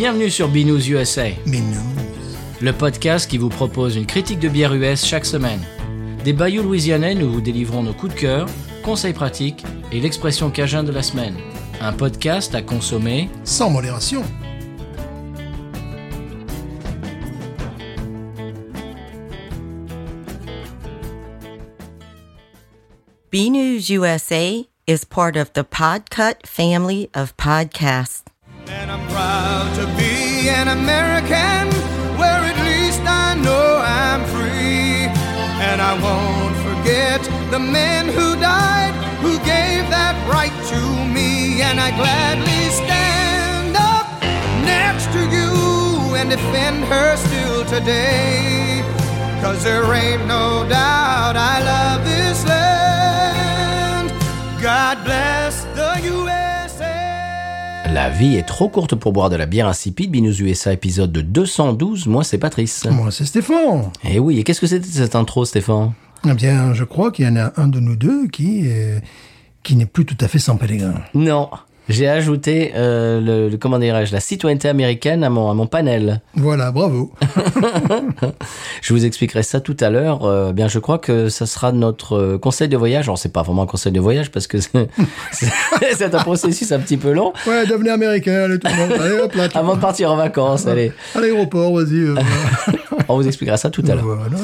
Bienvenue sur Binous USA, Binous. le podcast qui vous propose une critique de bière US chaque semaine. Des bayous louisianais, nous vous délivrons nos coups de cœur, conseils pratiques et l'expression cajun de la semaine. Un podcast à consommer Sans modération. B-News USA is part of the Podcut family of podcasts. And I'm proud to be an American, where at least I know I'm free. And I won't forget the men who died, who gave that right to me. And I gladly stand up next to you and defend her still today. 'Cause there ain't no doubt I love this land. God bless the USA. La vie est trop courte pour boire de la bière insipide. Binous USA épisode de 212. Moi, c'est Patrice. Moi, c'est Stéphane. Eh oui, et qu'est-ce que c'était cette intro, Stéphane? Eh bien, je crois qu'il y en a un de nous deux qui n'est plus tout à fait sans pèlerin. Non, j'ai ajouté comment dirais-je, la citoyenneté américaine à mon panel. Voilà, bravo. Je vous expliquerai ça tout à l'heure. Bien, je crois que ça sera notre conseil de voyage. Alors, c'est pas vraiment un conseil de voyage parce que c'est un processus un petit peu long. Ouais, devenez américain, allez tout le monde. Allez, hop là. Avant de partir en vacances, allez. À l'aéroport, vas-y. On vous expliquera ça tout à l'heure. Voilà.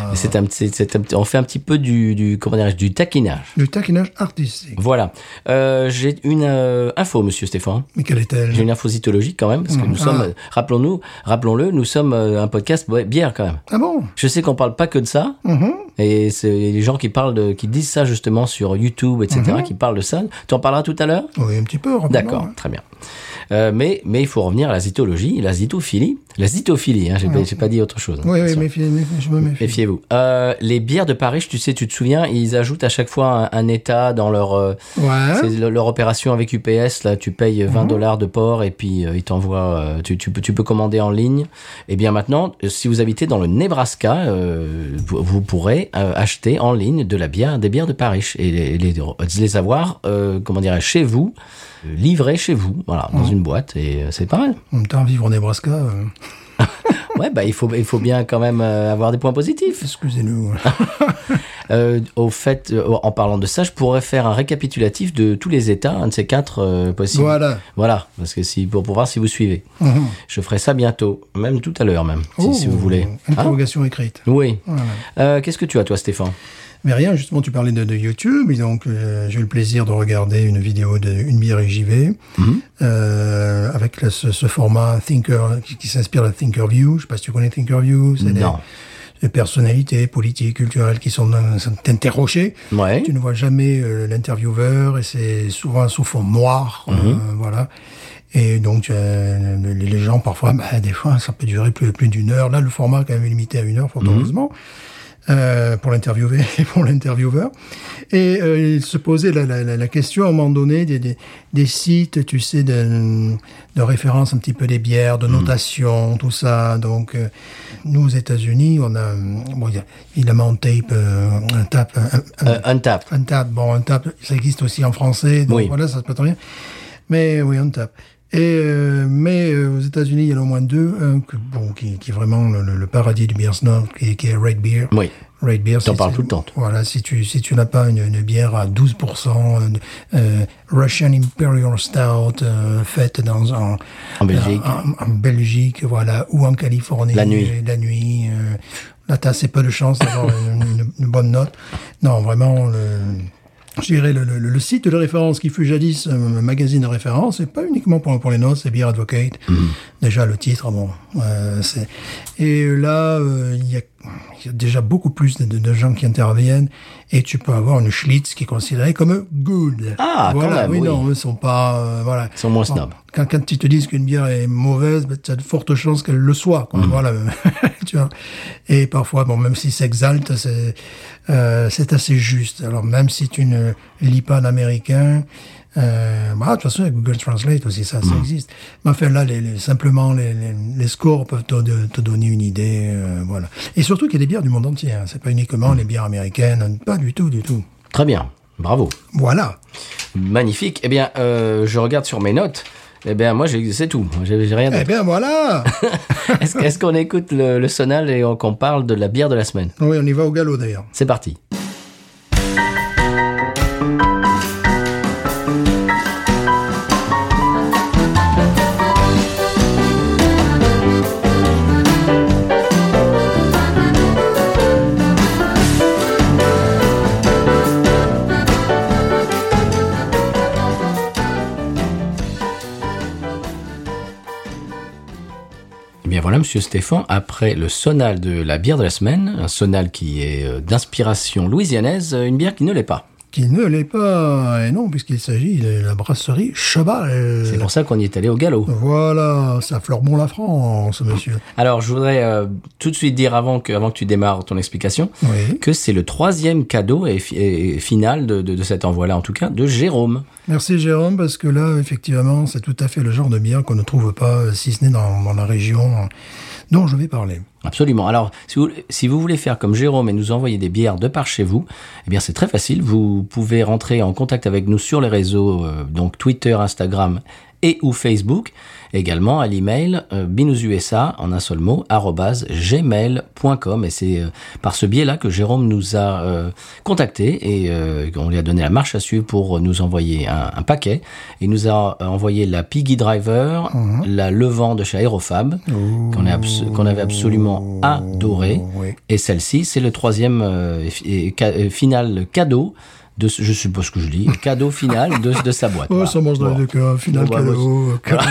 On fait un petit peu du comment dirais-je, du taquinage. Du taquinage artistique. Voilà. J'ai une info, monsieur Stéphane. Mais quelle est-elle? J'ai une info zytologique quand même, parce que nous sommes, rappelons-le, nous sommes un podcast bière quand même. Ah bon? Je sais qu'on parle pas que de ça, et c'est les gens qui qui disent ça justement sur YouTube, etc., qui parlent de ça. Tu en parleras tout à l'heure? Oui, un petit peu. D'accord, très bien. Mais il faut revenir à la zytologie, la zytophilie, hein, j'ai pas dit autre chose. Oui, je me méfie. Méfiez-vous. Les bières de Paris, tu te souviens, ils ajoutent à chaque fois un état dans leur, c'est leur opération avec UPS. Là, tu payes $20 de port et puis ils t'envoient. Tu peux commander en ligne. Et bien maintenant, si vous habitez dans le Nebraska, vous pourrez acheter en ligne des bières de Paris et les avoir, comment dirais-je, chez vous. Livré chez vous, voilà, dans une boîte, et c'est pas mal. En même temps, vivre au Nebraska... Ouais, il faut bien quand même avoir des points positifs. Excusez-nous. Au fait, en parlant de ça, je pourrais faire un récapitulatif de tous les États, un de ces quatre possibles. Voilà, parce que pour voir si vous suivez. Je ferai ça bientôt, même tout à l'heure même, si vous voulez. Interrogation écrite. Oui. Voilà. Qu'est-ce que tu as, toi, Stéphane? Mais rien, justement, tu parlais de YouTube, et donc j'ai eu le plaisir de regarder une vidéo d'une bière et j'y vais, avec ce format Thinker, qui s'inspire de Thinkerview. Je sais pas si tu connais Thinkerview. C'est des personnalités politiques, culturelles qui sont interrogées. Ouais. Tu ne vois jamais l'intervieweur, et c'est souvent sous fond noir, voilà. Et donc, les gens, parfois, des fois, ça peut durer plus d'une heure. Là, le format est quand même limité à 1 heure, fort heureusement. Pour l'interviewé et pour l'intervieweur. Et il se posait la question à un moment donné des sites, tu sais, de référence un petit peu des bières, de notation, tout ça. Donc, nous, aux États-Unis, on a, évidemment, Untappd. Bon, Untappd, ça existe aussi en français. Donc, voilà, ça se peut très bien. Mais oui, Untappd. Mais aux États-Unis, il y en a au moins deux. Un qui est vraiment le paradis du beer snob, qui est Rate Beer. Oui. Rate Beer. T'en parles tout le temps. Voilà, si tu n'as pas une bière à 12%, Russian Imperial Stout, faite en Belgique. En Belgique, voilà, ou en Californie. La nuit. Là, t'as assez peu de chance d'avoir une bonne note. Non, vraiment, je dirais le site de référence qui fut jadis un magazine de référence, et pas uniquement pour les notes, c'est Beer Advocate. Déjà le titre, et là il y a déjà beaucoup plus de gens qui interviennent, et tu peux avoir une Schlitz qui est considérée comme good. Ah, voilà, quand même, oui. Non, ils sont pas, voilà. Ils sont moins snobs. Quand ils te disent qu'une bière est mauvaise, tu as de fortes chances qu'elle le soit, quoi. Voilà. Tu vois. Et parfois, même si s'exalte, c'est assez juste. Alors, même si tu ne lis pas l'américain, de toute façon, avec Google Translate aussi, ça existe. Mais enfin, là, simplement, les scores peuvent te donner une idée, voilà. Et surtout qu'il y a des bières du monde entier, hein. C'est pas uniquement les bières américaines, pas du tout. Très bien. Bravo. Voilà. Magnifique. Eh bien, je regarde sur mes notes. Eh bien, moi, c'est tout. J'ai rien d'autre. Eh bien, voilà. Est-ce qu'on écoute le sonal et qu'on parle de la bière de la semaine? Oui, on y va au galop, d'ailleurs. C'est parti. Voilà, monsieur Stéphane, après le sonal de la bière de la semaine, un sonal qui est d'inspiration louisianaise, une bière qui ne l'est pas. Qui ne l'est pas, et non, puisqu'il s'agit de la brasserie Cheval. C'est pour ça qu'on y est allé au galop. Voilà, ça fleure bon la France, monsieur. Alors, je voudrais tout de suite dire, avant que tu démarres ton explication, oui. que c'est le 3e cadeau et final de cet envoi-là, en tout cas, de Jérôme. Merci Jérôme, parce que là, effectivement, c'est tout à fait le genre de bière qu'on ne trouve pas, si ce n'est dans la région dont je vais parler. Absolument. Alors, si vous voulez faire comme Jérôme et nous envoyer des bières de par chez vous, eh bien, c'est très facile. Vous pouvez rentrer en contact avec nous sur les réseaux, donc Twitter, Instagram et ou Facebook. Également à l'email binoususa en un seul mot @gmail.com, et c'est par ce biais-là que Jérôme nous a contacté et on lui a donné la marche à suivre pour nous envoyer un paquet. Il nous a envoyé la Piggy Driver, la Levant de chez Aérofab, qu'on avait absolument adoré, oui. Et celle-ci, c'est le 3e final cadeau de, je suppose que je dis, cadeau final de sa boîte. Oh, voilà. Ça mange dans les deux cas. Final cadeau,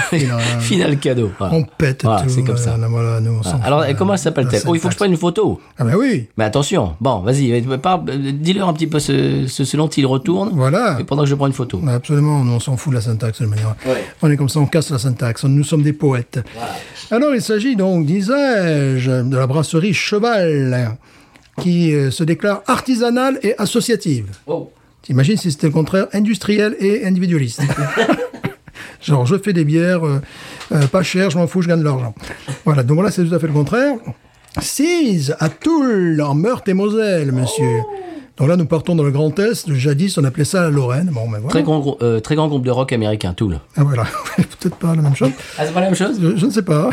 final cadeau. Voilà. On pète voilà, tout. C'est comme ça. Voilà, nous, alors, comment s'appelle-t-elle? Oh, il faut que je prenne une photo. Ah ben oui. Mais attention. Bon, vas-y. Dis-leur un petit peu ce dont il retourne. Voilà. Et pendant que je prends une photo. Absolument. Nous, on s'en fout de la syntaxe de manière. Ouais. On est comme ça, on casse la syntaxe. Nous sommes des poètes. Voilà. Alors, il s'agit donc, disais-je, de la brasserie Cheval, qui se déclare artisanale et associative. Oh. T'imagines si c'était le contraire, industriel et individualiste. Genre, je fais des bières pas chères, je m'en fous, je gagne de l'argent. Voilà, donc là, c'est tout à fait le contraire. Sise à Toul, en Meurthe-et-Moselle, monsieur. Donc là, nous partons dans le Grand Est. Jadis, on appelait ça la Lorraine. Bon, ben voilà. Très grand groupe de rock américain, Toul. Ah voilà, peut-être pas la même chose. Ah, c'est pas la même chose? Je ne sais pas.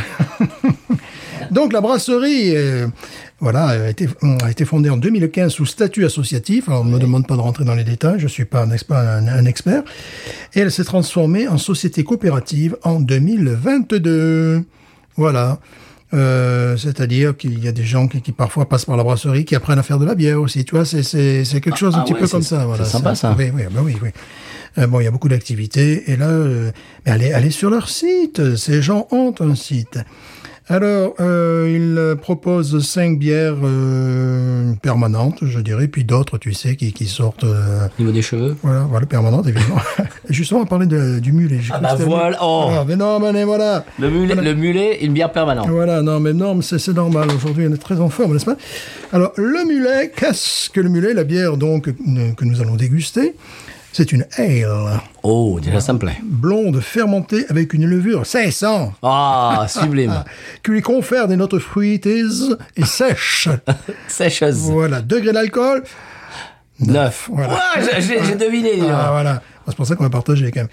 Donc la brasserie, a été fondée en 2015 sous statut associatif. Alors, on ne me demande pas de rentrer dans les détails, je ne suis pas un expert. Et elle s'est transformée en société coopérative en 2022. Voilà. C'est-à-dire qu'il y a des gens qui parfois passent par la brasserie, qui apprennent à faire de la bière aussi. Tu vois, c'est quelque chose un petit peu comme ça. Voilà. C'est sympa, ça. Oui. Bon, il y a beaucoup d'activités. Et là, allez sur leur site. Ces gens ont un site. Alors, ils proposent 5 bières permanentes, je dirais, puis d'autres, tu sais, qui sortent... Au niveau des cheveux? Voilà, permanentes, évidemment. Justement, on parlait du mulet. Ah bah voilà, oh. Ah, mais non, mais voilà. Le mulet, une bière permanente. Voilà, non, mais c'est normal. Aujourd'hui, on est très en forme, n'est-ce pas? Alors, le mulet, qu'est-ce que le mulet? La bière, donc, que nous allons déguster, c'est une ale. Oh, déjà ça me plaît. Blonde fermentée avec une levure 500. Ah, sublime. Qui lui confère des notes fruitées et sèches. Sèches. Voilà, degré d'alcool 9. Voilà. Ouais, j'ai deviné. Ah, voilà. C'est pour ça qu'on va partager quand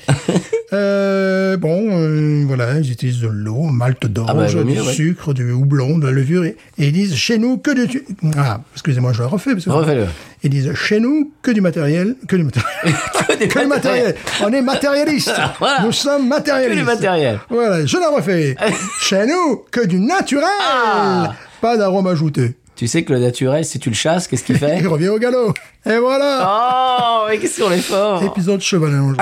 même. Voilà, ils utilisent de l'eau, malt d'orge, du sucre, du houblon, de la levure, et ils disent chez nous que du... Ah, excusez-moi, je le refais. Refais-le. Ils disent chez nous que du matériel. Que du matériel. On est matérialiste. Voilà. Nous sommes matérialistes. Que du matériel. Voilà, je la refais. Chez nous que du naturel. Ah. Pas d'arôme ajouté. Tu sais que le naturel, si tu le chasses, qu'est-ce qu'il fait? Il revient au galop. Et voilà. Oh, mais qu'est-ce qu'on est fort. Épisode chevalin aujourd'hui.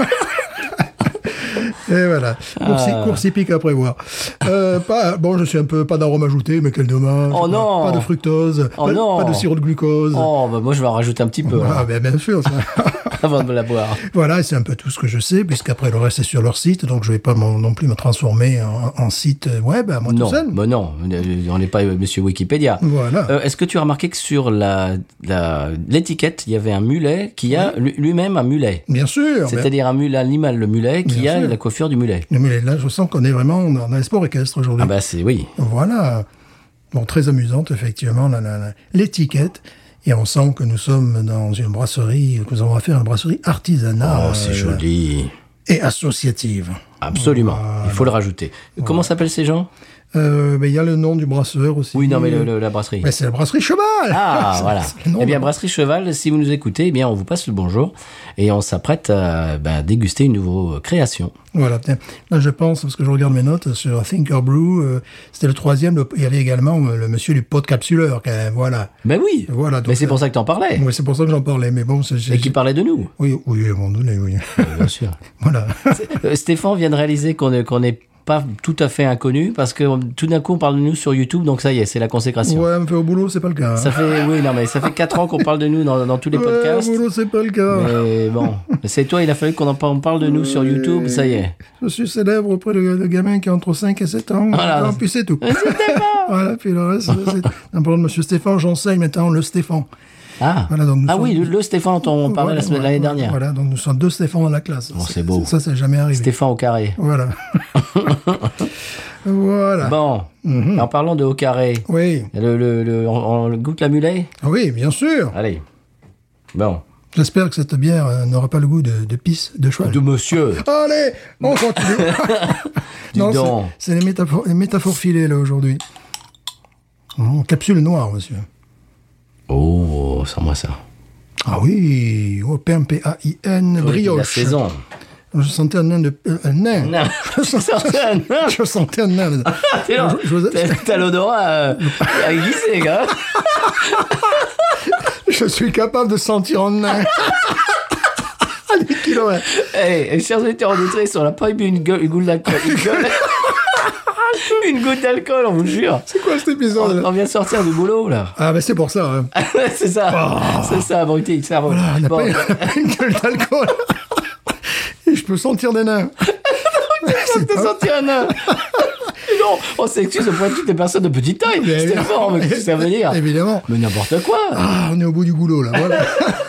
Et voilà. Course hippique à prévoir. Je suis un peu, pas d'arôme ajouté, mais quel dommage. Oh non. Pas de fructose. Oh non. Pas de sirop de glucose. Oh, bah moi je vais en rajouter un petit peu. Ah, bien sûr. Ça. Avant de me la boire. Voilà, c'est un peu tout ce que je sais, puisqu'après le reste est sur leur site, donc je vais pas non plus me transformer en site web à moi tout seul. Bah non, on n'est pas monsieur Wikipédia. Voilà. Est-ce que tu as remarqué que sur l'étiquette, il y avait un mulet qui a lui-même un mulet? Bien sûr. C'est-à-dire l'animal, le mulet, qui a la coiffure du mulet. Le mulet, là, je sens qu'on est vraiment dans les sports équestres aujourd'hui. Ah bah oui. Voilà. Bon, très amusante, effectivement, l'étiquette. Et on sent que nous sommes dans une brasserie, que nous avons affaire à une brasserie artisanale. Oh, c'est joli. Et associative. Absolument, il faut le rajouter. Comment s'appellent ces gens? Il y a le nom du brasseur aussi. Oui, non, mais la brasserie. Mais c'est la brasserie Cheval. Ah, voilà. Eh bien, brasserie Cheval, si vous nous écoutez, eh bien, on vous passe le bonjour et on s'apprête à déguster une nouvelle création. Voilà. Là, je pense, parce que je regarde mes notes sur Thinker Brew, c'était le 3e. Il y avait également le monsieur du pot capsuleur. Voilà. Ben oui. Voilà. Mais c'est pour ça que t'en parlais. Oui, c'est pour ça que j'en parlais. Mais bon, et qui parlait de nous. Oui, à un moment donné, oui. Bien sûr. Voilà. Stéphane vient de réaliser qu'on est pas tout à fait inconnu parce que tout d'un coup on parle de nous sur YouTube, donc ça y est, c'est la consécration. Ouais, mais au boulot c'est pas le cas. Hein. Ça fait 4 ans qu'on parle de nous dans tous les podcasts. Au boulot c'est pas le cas. Mais bon, c'est toi, il a fallu qu'on parle de nous sur YouTube, ça y est. Je suis célèbre auprès de gamins qui ont entre 5 et 7 ans. Voilà. Non, puis c'est tout. Voilà, puis le reste, c'est... Pardon, monsieur Stéphane, j'enseigne maintenant le Stéphane. Ah, voilà, donc oui, le Stéphane dont on parlait l'année dernière. Voilà, donc nous sommes 2 Stéphane dans la classe. Oh, c'est beau. Ça, c'est jamais arrivé. Stéphane au carré. Voilà. Voilà. Bon, en parlant de au carré, oui. On goûte la mulet? Oui, bien sûr. Allez. Bon. J'espère que cette bière n'aura pas le goût de pisse de cheval. De monsieur. Allez, on continue. Non, c'est les métaphores filées, là, aujourd'hui. Capsule noire, monsieur. Oh, sens-moi ça. Ah oui, P-A-I-N, brioche. La saison. Je sentais un nain un nain. Non, je sentais un nain. Je sentais un nain. T'as l'odorat aiguisé, gars. Je suis capable de sentir un nain. À des kilomètres. Hey, chers auditeurs auditrices, on n'a pas eu une goutte d'alcool. Une goutte d'alcool, on vous jure. C'est quoi cet épisode? On vient de sortir du boulot, là. Ah, ben c'est pour ça. Hein. C'est ça. Oh. C'est ça, abruti. Voilà, on n'a pas une gueule d'alcool. Et je peux sentir des nains. Tu peux sentir un nain. Non, on s'excuse auprès de toutes les personnes de petite taille. C'était fort, mais qu'est-ce que ça veut dire? Évidemment. Mais n'importe quoi. Ah, on est au bout du goulot, là. Voilà.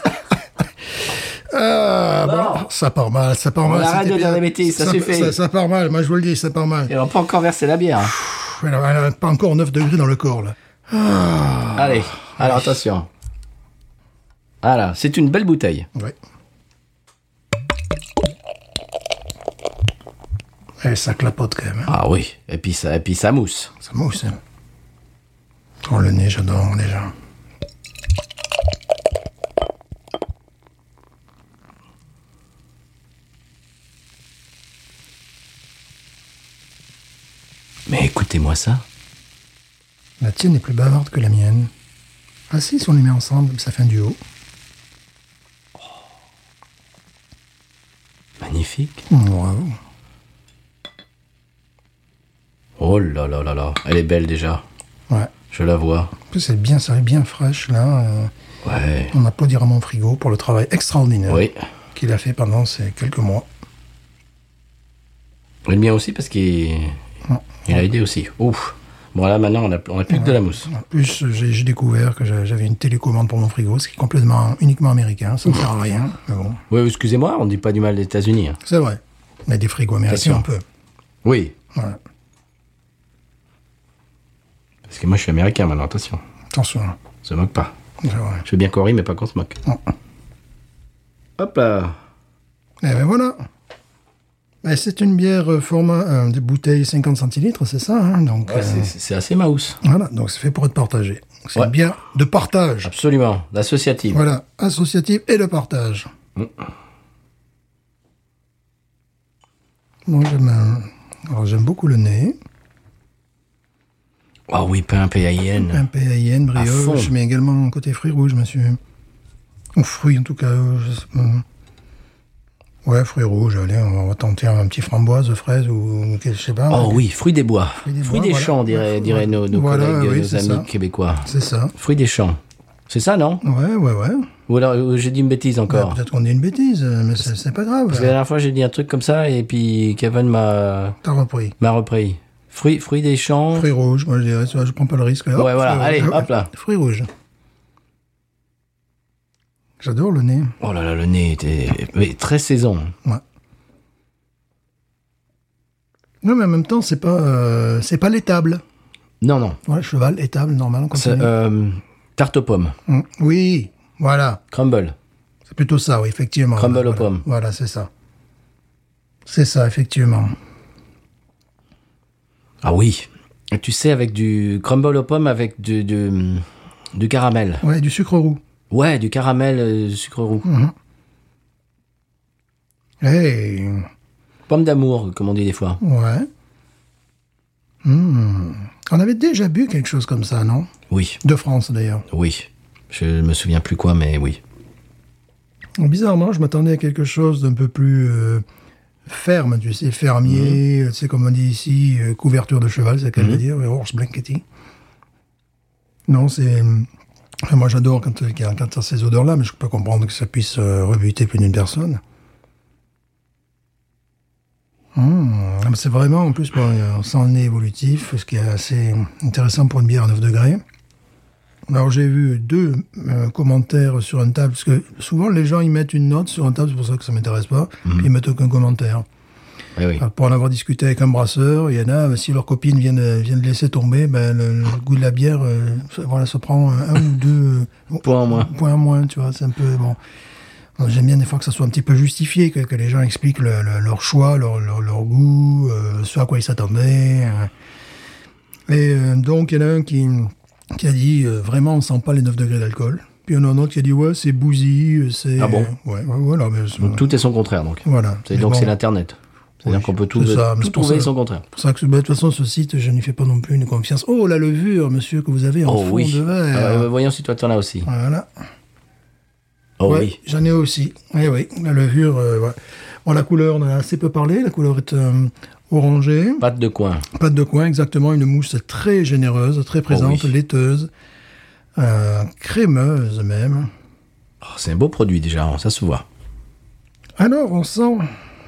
Bon, ça part mal. On arrête de dire des bêtises, ça suffit. Ça part mal, moi je vous le dis, ça part mal. Et on n'a pas encore versé la bière. Elle n'a pas encore 9 degrés dans le corps, là. Allez, alors attention. Voilà, c'est une belle bouteille. Oui. Et ça clapote quand même. Hein. Ah oui, et puis ça mousse. Ça mousse, hein. Oh, le nez, j'adore déjà. Mais écoutez-moi ça. La tienne est plus bavarde que la mienne. Ah si on les met ensemble, ça fait un duo. Oh. Magnifique. Bravo. Oh là là là là, elle est belle déjà. Ouais. Je la vois. En plus, elle est bien fraîche, là. Ouais. On applaudira mon frigo pour le travail extraordinaire qu'il a fait pendant ces quelques mois. Et le mien aussi, parce qu'il a aidé aussi. Ouf. Bon, là, maintenant, on a plus que de la mousse. En plus, j'ai découvert que j'avais une télécommande pour mon frigo, ce qui est uniquement américain. Ça ne sert à rien, mais bon. Oui, excusez-moi, on ne dit pas du mal des États-Unis. Hein. C'est vrai. Mais des frigos américains, on peut. Oui. Voilà. Parce que moi, je suis américain maintenant, attention. Attention. On se moque pas. C'est vrai. Je veux bien qu'on rit, mais pas qu'on se moque. Hop là. Et ben voilà. C'est une bière format de bouteille 50 centilitres, c'est ça, hein, donc. Ouais, c'est assez mouse. Voilà, donc c'est fait pour être partagé. C'est une bière de partage. Absolument, l'associative. Voilà, associative et de partage. Moi, j'aime beaucoup le nez. Ah oui, pain PAIN. Pain PAIN, brioche, mais également côté fruits rouges, monsieur. Ou fruits, en tout cas. Ouais, fruits rouges, allez, on va tenter un petit framboise, fraise ou je sais pas. Oh oui, fruits des bois. Fruits des champs, diraient nos collègues, nos amis québécois. C'est ça. Fruits des champs. C'est ça, non? Ouais. Ou alors, j'ai dit une bêtise encore. Peut-être qu'on dit une bêtise, mais c'est pas grave. Parce que la dernière fois, j'ai dit un truc comme ça, et puis Kevin m'a repris. Fruits des champs. Fruits rouges, moi je dirais, je prends pas le risque. Là. Ouais, voilà, allez, hop là. Fruits rouges. J'adore le nez. Oh là là, le nez était très saison. Ouais. Non, mais en même temps, c'est pas l'étable. Non. Voilà, cheval, étable, normal. Tarte aux pommes. Oui, voilà. Crumble. C'est plutôt ça, oui, effectivement. Crumble aux pommes. Voilà, c'est ça. C'est ça, effectivement. Ah oui. Tu sais, avec du crumble aux pommes avec du caramel. Ouais, du sucre roux. Ouais, du caramel, sucre roux. Hey. Pomme d'amour, comme on dit des fois. Ouais. On avait déjà bu quelque chose comme ça, non? Oui. De France, d'ailleurs. Oui. Je me souviens plus quoi, mais oui. Bizarrement, je m'attendais à quelque chose d'un peu plus ferme, tu sais, fermier, tu sais, comme on dit ici, couverture de cheval, c'est qu'elle veut dire, horse blanketing. Non, c'est... moi, j'adore quand il y a ces odeurs-là, mais je peux comprendre que ça puisse rebuter plus d'une personne. C'est vraiment, en plus, on sent le nez évolutif, ce qui est assez intéressant pour une bière à 9 degrés. Alors, j'ai vu 2 commentaires sur une table, parce que souvent, les gens, ils mettent une note sur une table, c'est pour ça que ça m'intéresse pas, puis ils mettent aucun commentaire. Oui, oui. Alors, pour en avoir discuté avec un brasseur, il y en a, si leur copine vient de laisser tomber, le goût de la bière, ça prend 1 ou 2 points en moins, tu vois, c'est un peu, bon... J'aime bien des fois que ça soit un petit peu justifié, que les gens expliquent leur choix, leur goût, ce à quoi ils s'attendaient. Et donc, il y en a un qui a dit, vraiment, on sent pas les 9 degrés d'alcool. Puis il y en a un autre qui a dit, ouais, c'est bousy, c'est... Ah bon? Ouais, voilà. Mais donc tout est son contraire, donc. Voilà. Donc c'est l'Internet. C'est-à-dire qu'on peut tout trouver son contraire. C'est pour ça que, de toute façon, ce site, je n'y fais pas non plus une confiance. Oh, la levure, monsieur, que vous avez en fond de verre. Voyons si toi, tu en as aussi. Voilà. Oh ouais, oui. J'en ai aussi. Oui, la levure. Ouais. Bon, la couleur, on en a assez peu parlé. La couleur est orangée. Pâte de coin. Pâte de coin, exactement. Une mousse très généreuse, très présente, laiteuse, crémeuse même. Oh, c'est un beau produit déjà, ça se voit. Alors, on sent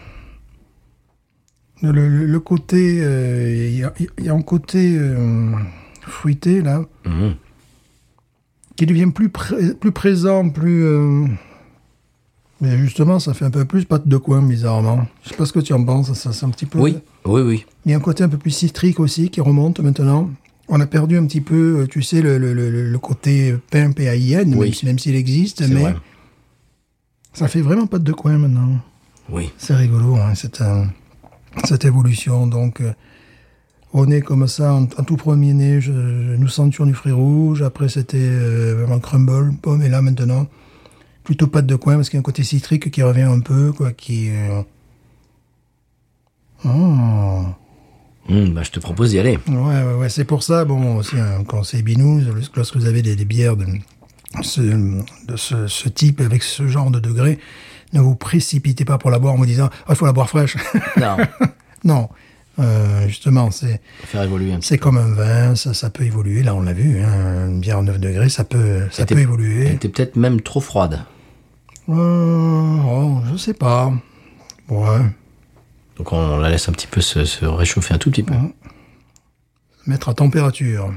le côté... Il y a un côté fruité, là. Qui devient plus présent, plus... Mais justement, ça fait un peu plus pâte de coin, bizarrement. Je sais pas ce que tu en penses, ça c'est un petit peu... Oui. Il y a un côté un peu plus citrique aussi, qui remonte maintenant. On a perdu un petit peu, tu sais, le côté pain PAIN, même s'il existe, mais vrai. Ça fait vraiment pâte de coin maintenant. Oui. C'est rigolo, hein, cette évolution, donc... Au nez comme ça, en tout premier nez, nous sentions du fruit rouge. Après, c'était vraiment crumble, pomme. Et là, maintenant, plutôt pâte de coin, parce qu'il y a un côté citrique qui revient un peu, quoi, qui... je te propose d'y aller. Ouais, c'est pour ça, bon, aussi, un conseil binous, lorsque vous avez des bières de ce type, avec ce genre de degré, ne vous précipitez pas pour la boire en vous disant « il faut la boire fraîche ». Non. Non. Justement, c'est faire évoluer c'est comme un vin, ça peut évoluer. Là, on l'a vu, hein, une bière à 9 degrés, ça peut évoluer. Elle était peut-être même trop froide. Je sais pas. Ouais. Donc on la laisse un petit peu se réchauffer un tout petit peu. Mettre à température.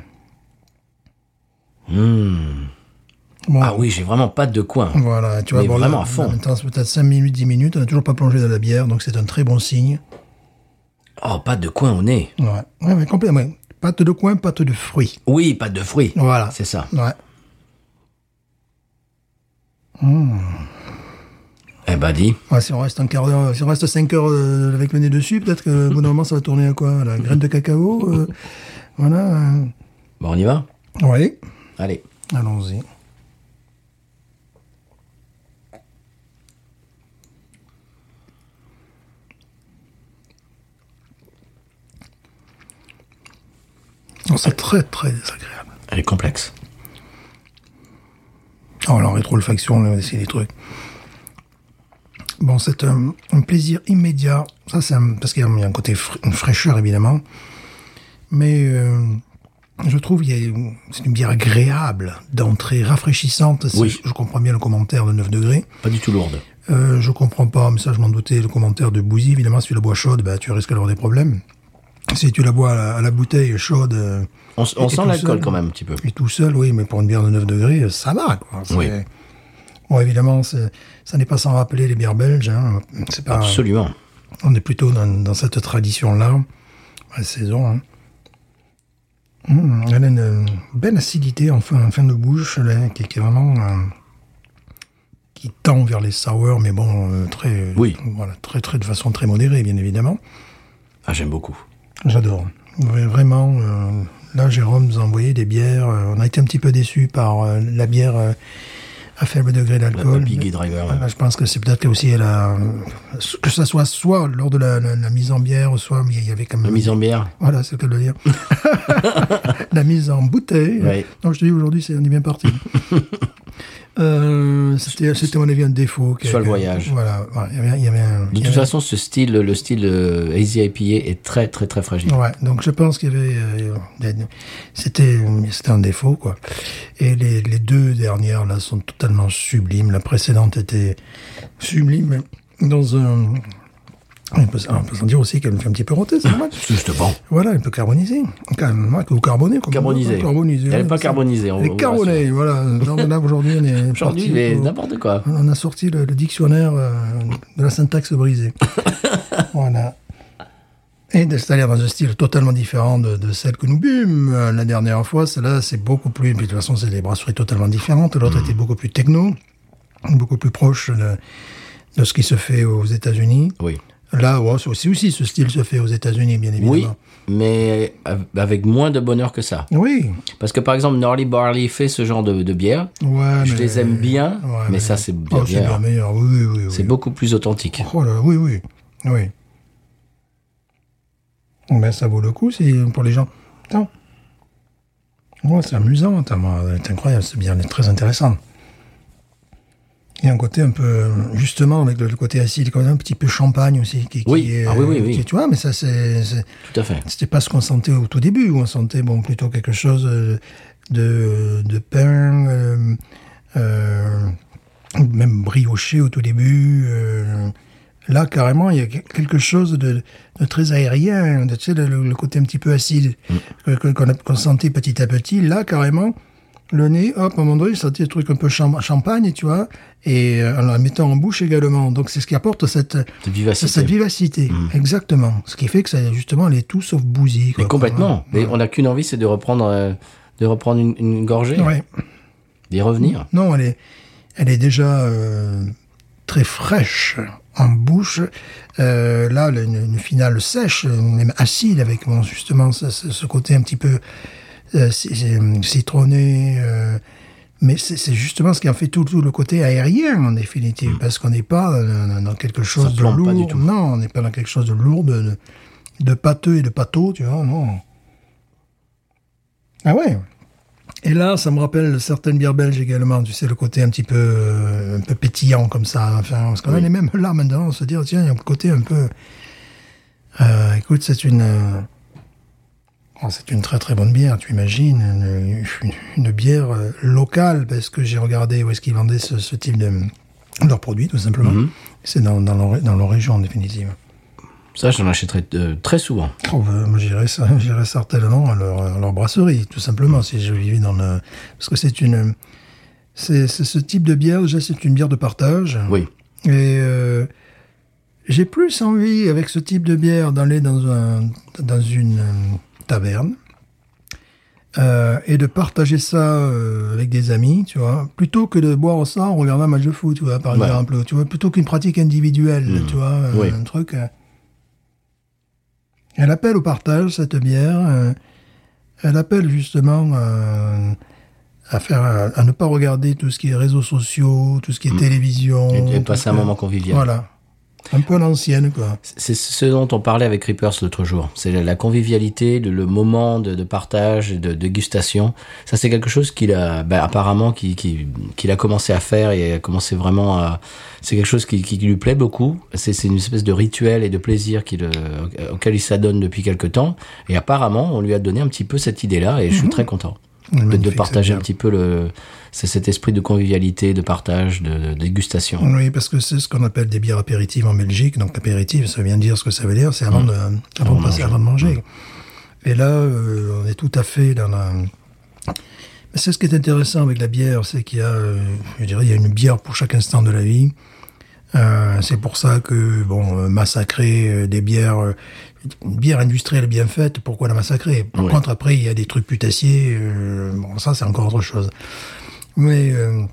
Bon. Ah oui, j'ai vraiment pâte de coin. Voilà, tu vois, bon, vraiment là, à fond. Maintenant, c'est peut-être 5 minutes, 10 minutes, on n'a toujours pas plongé dans la bière, donc c'est un très bon signe. Oh, pâte de coin au nez. Ouais, complètement. Pâte de coin, pâte de fruits. Oui, pâte de fruits. Voilà. C'est ça. Ouais. Eh ben, dis. Ouais, si on reste un quart d'heure, si on reste 5 heures avec le nez dessus, peut-être que au bout d'un moment, ça va tourner à quoi? La graine de cacao, voilà. Bon, on y va? Oui. Allez. Allons-y. Oh, c'est très, très désagréable. Elle est complexe. Oh, la rétro-olfaction, c'est des trucs. Bon, c'est un plaisir immédiat. Ça, parce qu'il y a un côté une fraîcheur, évidemment. Mais je trouve que c'est une bière agréable d'entrée, rafraîchissante. Oui. Je comprends bien le commentaire de 9 degrés. Pas du tout lourde. Je comprends pas, mais ça, je m'en doutais, le commentaire de Bouzy. Évidemment, si tu la bois chaude, tu risques d'avoir des problèmes. Si tu la bois à la bouteille chaude... On sent l'alcool quand même un petit peu. Et tout seul, oui, mais pour une bière de 9 degrés, ça va, quoi. Oui. Bon, évidemment, ça n'est pas sans rappeler les bières belges. Hein. C'est pas, absolument. On est plutôt dans cette tradition-là, à la saison. Hein. Elle a une belle acidité en fin de bouche, là, qui est vraiment... qui tend vers les sour, mais bon, très de façon très modérée, bien évidemment. Ah, j'aime beaucoup. J'adore. Vraiment, là, Jérôme nous a envoyé des bières. On a été un petit peu déçus par la bière à faible degré d'alcool. La Biggie Driver. Là, je pense que c'est peut-être aussi que ça soit lors de la mise en bière, soit il y avait quand même... La mise en bière. Voilà, c'est le cas de le dire. La mise en bouteille. Oui. Non, je te dis, aujourd'hui, on est bien parti. C'était à mon avis un défaut. Soit le voyage. Voilà, il y avait de toute façon, le style Hazy IPA est très très très fragile. Ouais, donc je pense qu'il y avait c'était un défaut, quoi. Et les deux dernières là sont totalement sublimes. La précédente était sublime dans un... On peut s'en dire aussi qu'elle me fait un petit peu roter, c'est normal. Juste bon. Voilà, un peu carbonisée. Ou carbonée. Carbonisée. Elle n'est pas carbonisée. Elle est carbonée, voilà. Là, aujourd'hui, on est aujourd'hui, mais n'importe quoi. On a sorti le dictionnaire de la syntaxe brisée. Voilà. Et c'est-à-dire dans un style totalement différent de celle que nous bûmes la dernière fois. Celle-là, c'est beaucoup plus... Puis de toute façon, c'est des brasseries totalement différentes. L'autre était beaucoup plus techno, beaucoup plus proche de ce qui se fait aux États-Unis. Oui. Là, c'est aussi ce style se fait aux États-Unis, bien évidemment. Oui, mais avec moins de bonheur que ça. Oui. Parce que par exemple, Gnarly Barley fait ce genre de bière. Ouais, je les aime bien, mais ça c'est bien c'est bien meilleur. Oui. C'est beaucoup plus authentique. Oh là, oui. Ben, ça vaut le coup, c'est pour les gens. Attends. Ouais, c'est amusant, c'est incroyable, c'est bien, très intéressant. Il y a un côté un peu, justement, avec le côté acide, quand même un petit peu champagne aussi. Oui. Tu vois, mais ça, c'est... Tout à fait. C'était pas ce qu'on sentait au tout début, où on sentait, plutôt quelque chose de pain, même brioché au tout début. Là, carrément, il y a quelque chose de très aérien, tu sais, le côté un petit peu acide qu'on sentait petit à petit. Là, carrément... Le nez, hop, à un moment donné, ça sentait des trucs un peu champagne, tu vois, et en la mettant en bouche également. Donc, c'est ce qui apporte cette vivacité. Exactement. Ce qui fait que ça, justement, elle est tout sauf bousy. Mais complètement. Mais on n'a qu'une envie, c'est de reprendre une gorgée. Ouais. D'y revenir. Non, elle est déjà très fraîche en bouche. Là, une finale sèche, même acide, avec, justement, ce côté un petit peu... citronné, mais c'est justement ce qui en fait tout le côté aérien en définitive, parce qu'on n'est pas dans quelque chose de lourd. Pas du tout. Non, on n'est pas dans quelque chose de lourd, de pâteux et de pâteau, tu vois, non. Ah ouais. Et là, ça me rappelle certaines bières belges également, tu sais, le côté un peu pétillant comme ça. Enfin, parce qu'on est même là maintenant, on se dit, tiens, il y a un côté un peu... écoute, c'est une très très bonne bière, tu imagines, une bière locale, parce que j'ai regardé où est-ce qu'ils vendaient ce type de leurs produits, tout simplement. Mm-hmm. C'est dans leur région, en définitive. Ça, j'en achèterais très souvent. Moi, j'irais certainement à leur brasserie, tout simplement, si je vivais dans le... Parce que c'est ce type de bière, déjà, c'est une bière de partage. Oui. Et... j'ai plus envie, avec ce type de bière, d'aller dans une taverne et de partager ça avec des amis, tu vois, plutôt que de boire ça en regardant un match de foot, tu vois, par exemple, tu vois, plutôt qu'une pratique individuelle, tu vois, un truc. Elle appelle au partage, cette bière. Elle appelle justement à ne pas regarder tout ce qui est réseaux sociaux, tout ce qui est télévision. Et passer un moment convivial. Voilà. Un peu à l'ancienne, quoi. C'est ce dont on parlait avec Creepers l'autre jour. C'est la convivialité, le moment de partage, de dégustation. Ça, c'est quelque chose qu'il a, apparemment, qu'il a commencé à faire et a commencé vraiment à... C'est quelque chose qui lui plaît beaucoup. C'est une espèce de rituel et de plaisir auquel il s'adonne depuis quelque temps. Et apparemment, on lui a donné un petit peu cette idée-là et je suis très content. De partager un petit peu c'est cet esprit de convivialité, de partage, de dégustation. Oui, parce que c'est ce qu'on appelle des bières apéritives en Belgique. Donc apéritif, ça vient de dire ce que ça veut dire, c'est avant de manger. Et là, on est tout à fait dans la... Mais c'est ce qui est intéressant avec la bière, c'est qu'il y a, il y a une bière pour chaque instant de la vie. C'est pour ça que, massacrer des bières... Une bière industrielle bien faite, pourquoi la massacrer? Par contre, après, il y a des trucs putassiers, ça, c'est encore autre chose. Mais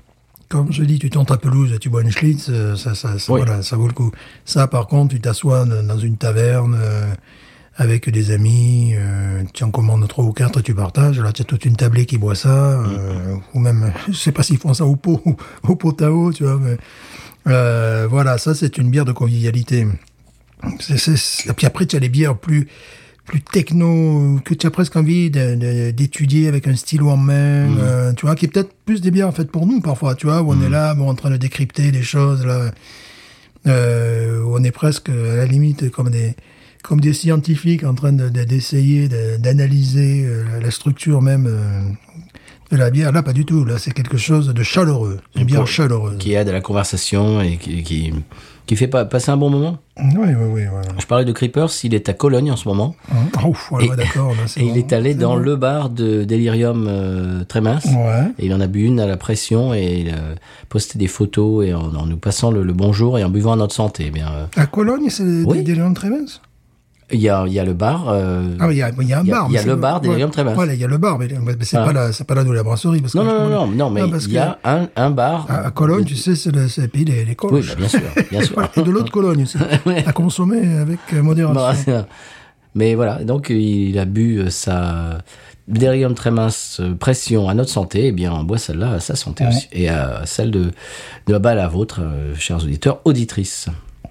comme je dis, tu tentes ta pelouse, tu bois une Schlitz, voilà, ça vaut le coup. Ça, par contre, tu t'assois dans une taverne avec des amis, tu en commandes 3 ou 4, tu partages. Là, tu as toute une tablée qui boit ça, ou même, je sais pas s'ils font ça au pot Tao, tu vois. Mais, voilà, ça, c'est une bière de convivialité. Et puis après, tu as les bières plus techno, que tu as presque envie d'étudier avec un stylo en main, tu vois, qui est peut-être plus des bières en fait pour nous parfois, tu vois, où on est là, en train de décrypter des choses, là, où on est presque à la limite comme des scientifiques en train d'essayer d'analyser la structure même de la bière. Là, pas du tout. Là, c'est quelque chose de chaleureux, une bière chaleureuse. Qui aide à la conversation et qui fait passer un bon moment. Oui, voilà. Je parlais de Creepers, il est à Cologne en ce moment. D'accord. Là, et il est allé dans le bar de Delirium Tremens. Ouais. Et il en a bu une à la pression et il a posté des photos et en nous passant le bonjour et en buvant à notre santé. Eh bien, à Cologne, c'est Delirium Tremens. Il y a le bar. Il y a un bar. Il y a le bar Delirium Tremens. Voilà, il y a le bar, mais c'est pas là d'où la brasserie. Parce non, mais il y a un bar. À Cologne, tu sais, c'est le pays des coloches. Oui, bien sûr. Et de l'autre Cologne aussi. À consommer avec modération. Mais voilà, donc il a bu sa Delirium Tremens pression à notre santé, et bien on boit celle-là à sa santé aussi. Et à celle de là-bas à la vôtre, chers auditeurs, auditrices.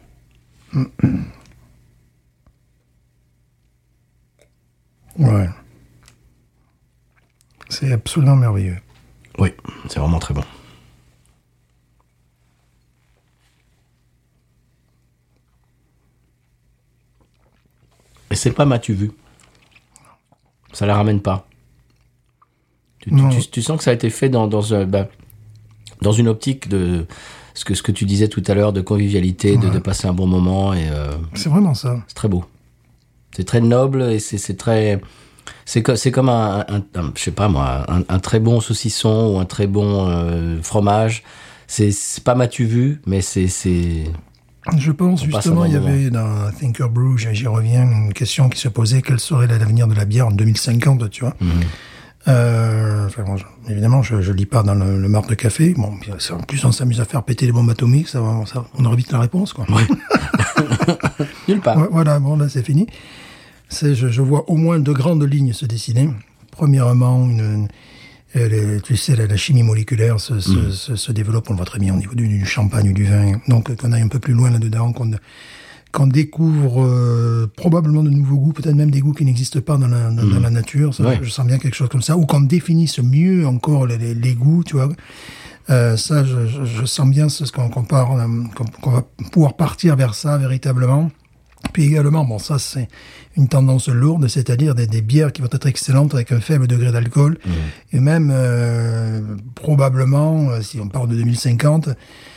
Ouais. C'est absolument merveilleux. Oui, c'est vraiment très bon. Et c'est pas m'as-tu vu. Ça la ramène pas. Tu sens que ça a été fait dans une optique de ce que tu disais tout à l'heure, de convivialité, de passer un bon moment. Et, c'est vraiment ça. C'est très beau. C'est très noble et c'est très... C'est comme je sais pas moi, un très bon saucisson ou un très bon fromage. C'est pas m'as-tu vu, mais c'est... Je pense justement, il y avait dans Thinker Brew, j'y reviens, une question qui se posait, quel serait l'avenir de la bière en 2050, tu vois. Évidemment, je lis pas dans le marc de café. Bon, en plus, on s'amuse à faire péter les bombes atomiques, on aura vite la réponse, quoi. Ouais. Nulle part. Voilà, bon, là, c'est fini. Je vois au moins 2 grandes lignes se dessiner. Premièrement, tu sais, la chimie moléculaire se développe, on le voit très bien au niveau du champagne ou du vin. Donc, qu'on aille un peu plus loin là-dedans, qu'on découvre probablement de nouveaux goûts, peut-être même des goûts qui n'existent pas dans la nature. Ça, je sens bien quelque chose comme ça. Ou qu'on définisse mieux encore les goûts, tu vois. Ça, je sens bien qu'on va pouvoir partir vers ça véritablement. Puis également, bon, ça c'est une tendance lourde, c'est-à-dire des bières qui vont être excellentes avec un faible degré d'alcool, et même probablement, si on parle de 2050,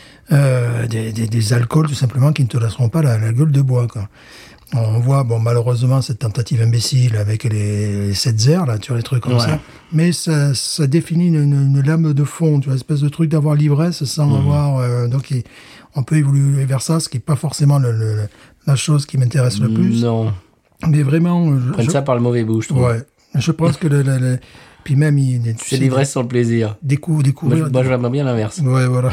des alcools tout simplement qui ne te laisseront pas la gueule de bois, quoi. On voit, bon, malheureusement, cette tentative imbécile avec les 7 airs, là, tu vois, les trucs comme ça. Mais ça définit une lame de fond, tu vois, espèce de truc d'avoir l'ivresse sans avoir, donc, on peut évoluer vers ça, ce qui est pas forcément la chose qui m'intéresse le plus. Non. Mais vraiment, prenne ça par le mauvais bout, je trouve. Ouais. Je pense que puis même, c'est l'ivresse sans le plaisir. Découvrir. Moi, j'aimerais bien l'inverse. Ouais, voilà.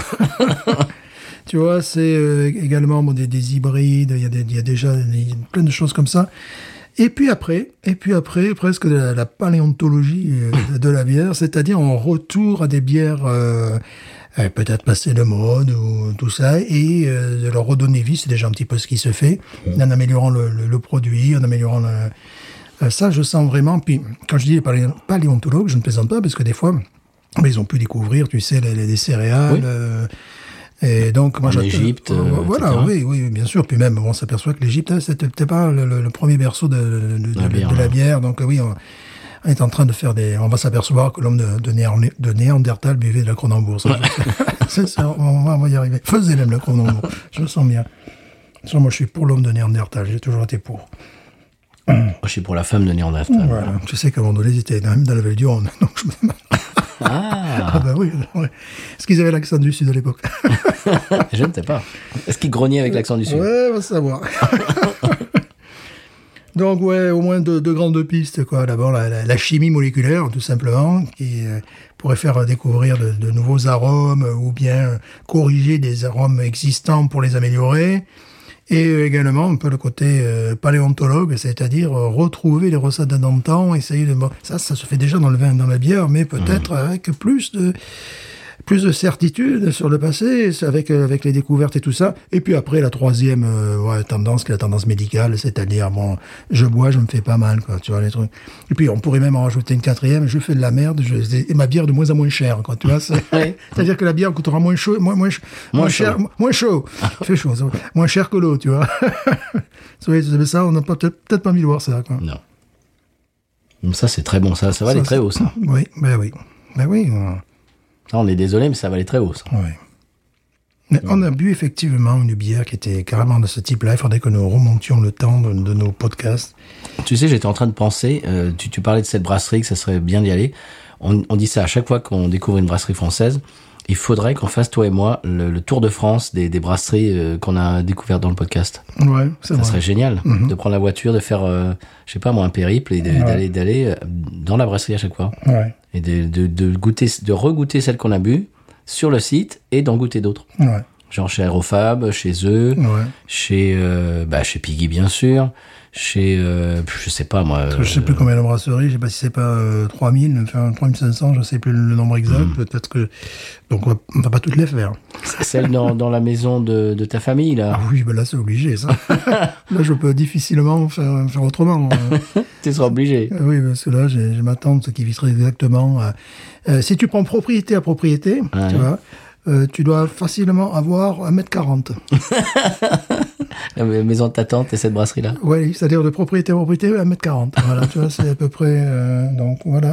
Tu vois, c'est également des hybrides, il y a déjà plein de choses comme ça. Et puis après, presque de la paléontologie de la bière, c'est-à-dire on retour à des bières peut-être passées de mode ou tout ça, et de leur redonner vie, c'est déjà un petit peu ce qui se fait, en améliorant le produit, en améliorant ça, je sens vraiment. Puis quand je dis les paléontologues, je ne plaisante pas, parce que des fois, ils ont pu découvrir, tu sais, les céréales. Et donc, moi, en Égypte, voilà, oui, bien sûr. Puis même, on s'aperçoit que l'Égypte, c'était pas le premier berceau de la bière. Donc, oui, on est en train de faire on va s'apercevoir que l'homme de Néandertal buvait de la Kronenbourg. On va y arriver. Faisait même la Kronenbourg. Je le sens bien. Moi, je suis pour l'homme de Néandertal. J'ai toujours été pour. Moi, je suis pour la femme de Néandertal. Voilà. Tu sais qu'à un moment donné, ils étaient même dans la vallée du Rhône. Donc, je me demande. Ah bah oui. Est-ce qu'ils avaient l'accent du Sud à l'époque? Je ne sais pas. Est-ce qu'ils grognaient avec l'accent du Sud? Ouais, on va savoir. Donc ouais, au moins deux grandes pistes, quoi. D'abord la chimie moléculaire, tout simplement, qui pourrait faire découvrir de nouveaux arômes ou bien corriger des arômes existants pour les améliorer. Et également un peu le côté paléontologue, c'est-à-dire retrouver les recettes d'antan, essayer de... Bon, ça se fait déjà dans le vin, dans la bière, mais peut-être avec plus de certitude sur le passé, avec les découvertes et tout ça. Et puis après, la troisième tendance, qui est la tendance médicale, c'est-à-dire, bon, je bois, je me fais pas mal, quoi, tu vois, les trucs. Et puis, on pourrait même en rajouter une quatrième, je fais de la merde, et ma bière de moins en moins chère, quoi, tu vois. C'est-à-dire que la bière coûtera moins chaud, moins cher, moins chaud. Il fait chaud, moins cher que l'eau, tu vois. C'est ça, on n'a peut-être pas mis le voir ça, quoi. Non. Donc ça, c'est très bon, ça va aller très haut, ça. Oui, ben oui. Ça, on est désolé, mais ça va aller très haut, ça. Oui. Mais on a bu effectivement une bière qui était carrément de ce type-là. Il faudrait que nous remontions le temps de nos podcasts. Tu sais, j'étais en train de penser, tu parlais de cette brasserie, que ça serait bien d'y aller. On dit ça à chaque fois qu'on découvre une brasserie française. Il faudrait qu'on fasse, toi et moi, le tour de France des brasseries qu'on a découvertes dans le podcast. Ouais, c'est vrai. Ça serait génial de prendre la voiture, de faire, je sais pas moi, un périple et d'aller dans la brasserie à chaque fois. Ouais. Et de goûter, de regoûter celle qu'on a bu sur le site et d'en goûter d'autres. Ouais. Genre chez Aérofab, chez eux, chez Piggy bien sûr, chez je sais pas moi. Je sais plus combien de brasseries, je sais pas si c'est pas 3000, enfin 3500, je sais plus le nombre exact, peut-être que donc on va pas toutes les faire. Celle dans la maison de ta famille là. Ah oui, ben là c'est obligé ça. Là je peux difficilement faire autrement. Tu seras obligé. Oui, parce que là j'ai ma tante qui vit exactement. Si tu prends propriété à propriété, tu vois. Tu dois facilement avoir 1m40. La maison de ta tante et cette brasserie-là. Oui, c'est-à-dire de propriété à propriété, 1m40. Voilà, tu vois, c'est à peu près... donc, voilà.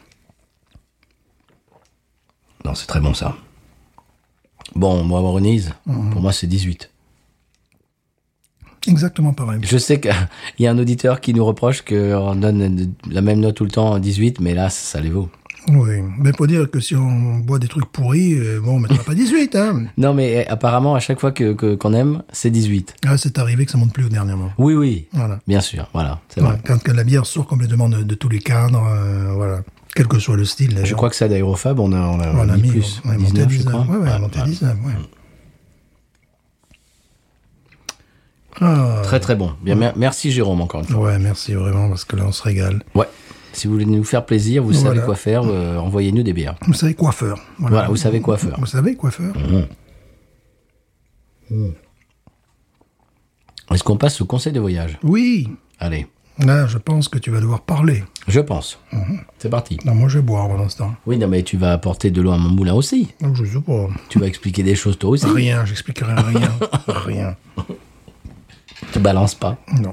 Non, c'est très bon, ça. Bon, moi, Boronise, pour moi, c'est 18. Exactement pareil. Je sais qu'il y a un auditeur qui nous reproche qu'on donne la même note tout le temps, 18, mais là, ça les vaut. Oui, mais faut dire que si on boit des trucs pourris, bon, on mettra pas 18, hein. Non, mais apparemment, à chaque fois qu'on aime, c'est 18. Ah, c'est arrivé que ça monte plus dernièrement. Oui, voilà. Bien sûr, voilà, c'est vrai. Quand la bière sort complètement de tous les cadres, voilà, quel que soit le style. D'ailleurs. Je crois que ça d'Aérofab, on a mis plus. On a monté à 19, je crois. Ouais, on a monté à 19, ouais. Ah, très très bon. Bien, merci Jérôme encore une fois. Ouais, merci vraiment, parce que là, on se régale. Ouais. Si vous voulez nous faire plaisir, vous savez quoi faire, envoyez-nous des bières. Vous savez quoi faire. Voilà, vous savez quoi faire. Vous savez quoi faire. Est-ce qu'on passe au conseil de voyage ? Oui. Allez. Là, je pense que tu vas devoir parler. Je pense. C'est parti. Non, moi, je vais boire pour l'instant. Oui, non, mais tu vas apporter de l'eau à mon moulin aussi. Non, je sais pas. Tu vas expliquer des choses toi aussi. Rien, j'expliquerai rien. Rien. Tu balances pas. Non.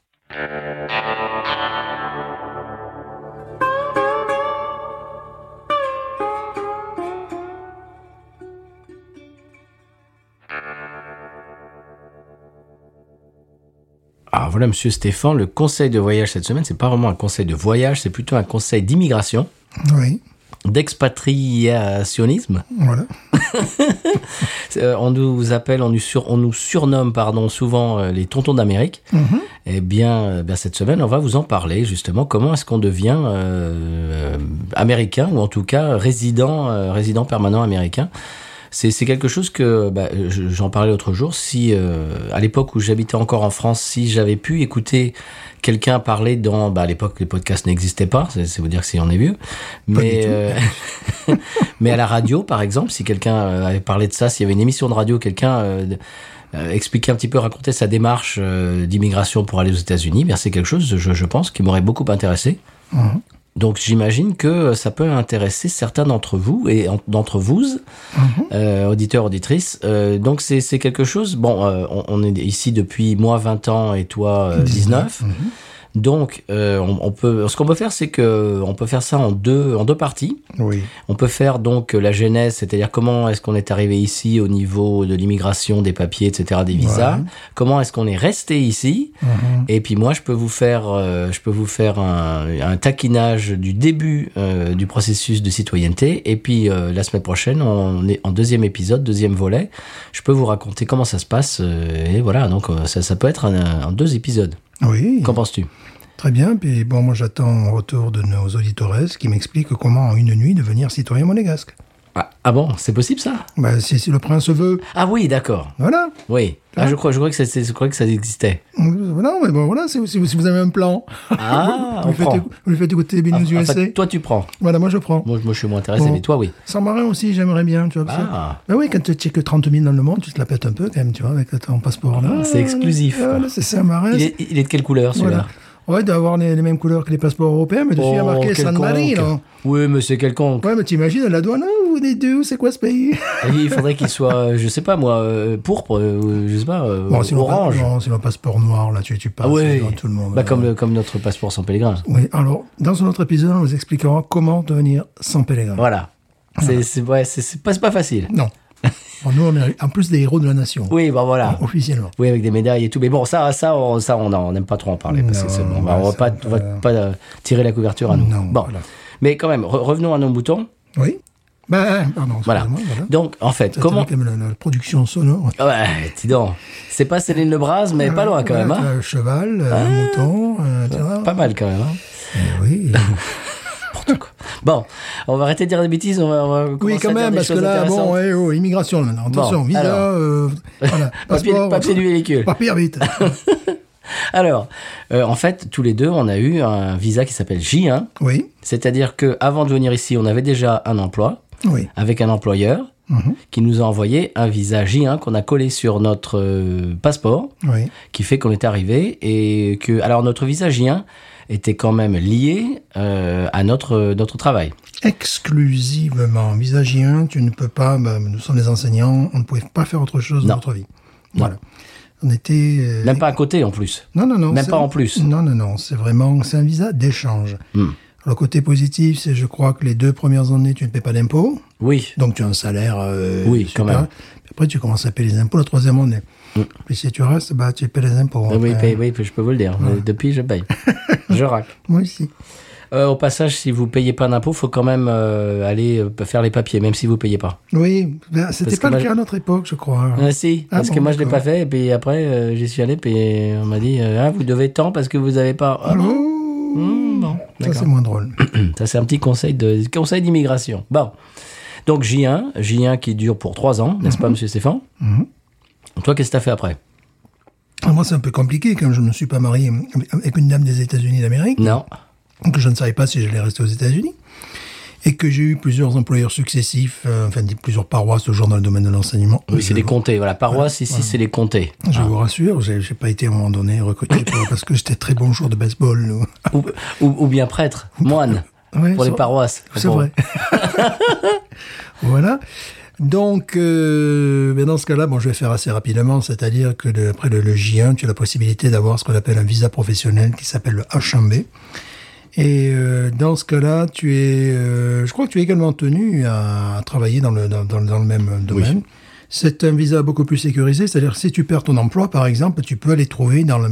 Alors voilà, monsieur Stéphane, le conseil de voyage cette semaine, c'est pas vraiment un conseil de voyage, c'est plutôt un conseil d'immigration. Oui. D'expatriationnisme. Voilà. On nous surnomme souvent les tontons d'Amérique. Eh bien, cette semaine, on va vous en parler justement. Comment est-ce qu'on devient américain ou en tout cas résident permanent américain? C'est quelque chose que j'en parlais l'autre jour. Si à l'époque où j'habitais encore en France, si j'avais pu écouter quelqu'un parler à l'époque les podcasts n'existaient pas, c'est vous dire que si on est vieux, mais mais à la radio par exemple, si quelqu'un avait parlé de ça, s'il y avait une émission de radio, quelqu'un expliquait un petit peu, racontait sa démarche d'immigration pour aller aux États-Unis, bien c'est quelque chose, je pense, qui m'aurait beaucoup intéressé. Donc j'imagine que ça peut intéresser certains d'entre vous et d'entre vous, auditeurs, auditrices. Donc c'est quelque chose. Bon, on est ici depuis moi 20 ans et toi 19. Donc ce qu'on peut faire, c'est que on peut faire ça en deux parties. Oui. On peut faire donc la genèse, c'est-à-dire comment est-ce qu'on est arrivé ici au niveau de l'immigration, des papiers, etc., des visas. Ouais. Comment est-ce qu'on est resté ici. Et puis moi, je peux vous faire un taquinage du début du processus de citoyenneté. Et puis la semaine prochaine, on est en deuxième épisode, deuxième volet. Je peux vous raconter comment ça se passe. Et voilà, donc ça peut être en 2 épisodes. Oui. Qu'en penses-tu? Très bien. Puis bon, moi j'attends un retour de nos auditeurs qui m'expliquent comment en une nuit devenir citoyen monégasque. Ah bon, c'est possible ça? Bah, si le prince veut. Ah oui, d'accord. Voilà. Oui. Ah, je crois que ça existait. Non, mais bon, voilà, si vous avez un plan. Ah, vous lui faites écouter BNews USA. En fait, toi, tu prends. Voilà, moi je prends. Moi, je suis moins intéressé, mais toi, oui. Sans marin aussi, j'aimerais bien, tu vois. Ben oui, quand tu n'es que 30 000 dans le monde, tu te la pètes un peu quand même, tu vois, avec ton passeport là. C'est exclusif. Voilà, c'est ça, un marin. Il est de quelle couleur, celui-là? Voilà. Ouais, d'avoir les mêmes couleurs que les passeports européens, mais dessus il y a marqué San Marino. Oui, mais c'est quelconque. Ouais, mais t'imagines, à la douane, vous venez d'où? C'est quoi ce pays? Il faudrait qu'il soit, je sais pas moi, pourpre, je sais pas, orange. Non, c'est le passeport noir, là, tu passes devant tout le monde. Bah, comme notre passeport sans pélégrin. Oui, alors, dans un autre épisode, on vous expliquera comment devenir sans pélégrin. Voilà. C'est pas facile. Non. Bon, nous, on est en plus des héros de la nation. Oui, bah voilà. Officiellement. Oui, avec des médailles et tout. Mais bon, ça, on n'aime pas trop en parler parce que c'est bon. On va pas tirer la couverture à nous. Non, bon. Voilà. Mais quand même, revenons à nos moutons. Oui. Pardon. Voilà. Donc, en fait, comment. Quand même la production sonore. Ouais, dis donc. C'est pas Céline Lebras, mais pas loin quand même. Hein. Un cheval, un mouton. Pas mal quand même. Hein. Oui. Bon, on va arrêter de dire des bêtises, on va oui, quand même, parce que là, immigration maintenant. Attention, visa, voilà, passeport, papier du véhicule. Papier, vite. Alors, en fait, tous les deux, on a eu un visa qui s'appelle J1. Oui. C'est-à-dire qu'avant de venir ici, on avait déjà un emploi avec un employeur qui nous a envoyé un visa J1 qu'on a collé sur notre passeport, qui fait qu'on est arrivé et que, alors, notre visa J1 était quand même lié à notre travail. Exclusivement. Visa J1, tu ne peux pas, nous sommes des enseignants, on ne pouvait pas faire autre chose dans notre vie. Voilà. On était... Même pas à côté, en plus. Non. Même pas en plus. Non. C'est un visa d'échange. Le côté positif, c'est, je crois, que les 2 premières années, tu ne paies pas d'impôts. Oui. Donc, tu as un salaire... oui, super. Quand même. Puis après, tu commences à payer les impôts la 3e année. Puis si tu restes, tu payes les impôts. Oui, je peux vous le dire. Depuis, je paye. Je racle. Moi aussi. Au passage, si vous payez pas d'impôts, faut quand même aller faire les papiers, même si vous payez pas. Oui, c'était pas le cas à notre époque, je crois. Si, parce que moi je l'ai pas fait, et puis après j'y suis allé, puis on m'a dit vous devez tant parce que vous avez pas. Ah, bon, ça c'est moins drôle. Ça c'est un petit conseil d'immigration. Bon, donc J1 qui dure pour 3 ans, n'est-ce pas, Monsieur Stéphane? Toi, qu'est-ce que t'as fait après? Moi, c'est un peu compliqué, quand je ne me suis pas marié avec une dame des États-Unis d'Amérique. Non. Que je ne savais pas si j'allais rester aux États-Unis. Et que j'ai eu plusieurs employeurs successifs, plusieurs paroisses, toujours dans le domaine de l'enseignement. Oui, c'est les comtés. Voilà, paroisse, ici, c'est les comtés. Je vous rassure, j'ai pas été à un moment donné recruté parce que j'étais très bon joueur de baseball. ou bien prêtre, moine, pour les paroisses. C'est vrai. Voilà. Donc, dans ce cas-là, je vais faire assez rapidement, c'est-à-dire que après le J1, tu as la possibilité d'avoir ce qu'on appelle un visa professionnel qui s'appelle le H1B. Et dans ce cas-là, je crois que tu es également tenu à travailler dans le même domaine. Oui. C'est un visa beaucoup plus sécurisé, c'est-à-dire si tu perds ton emploi, par exemple, tu peux aller trouver dans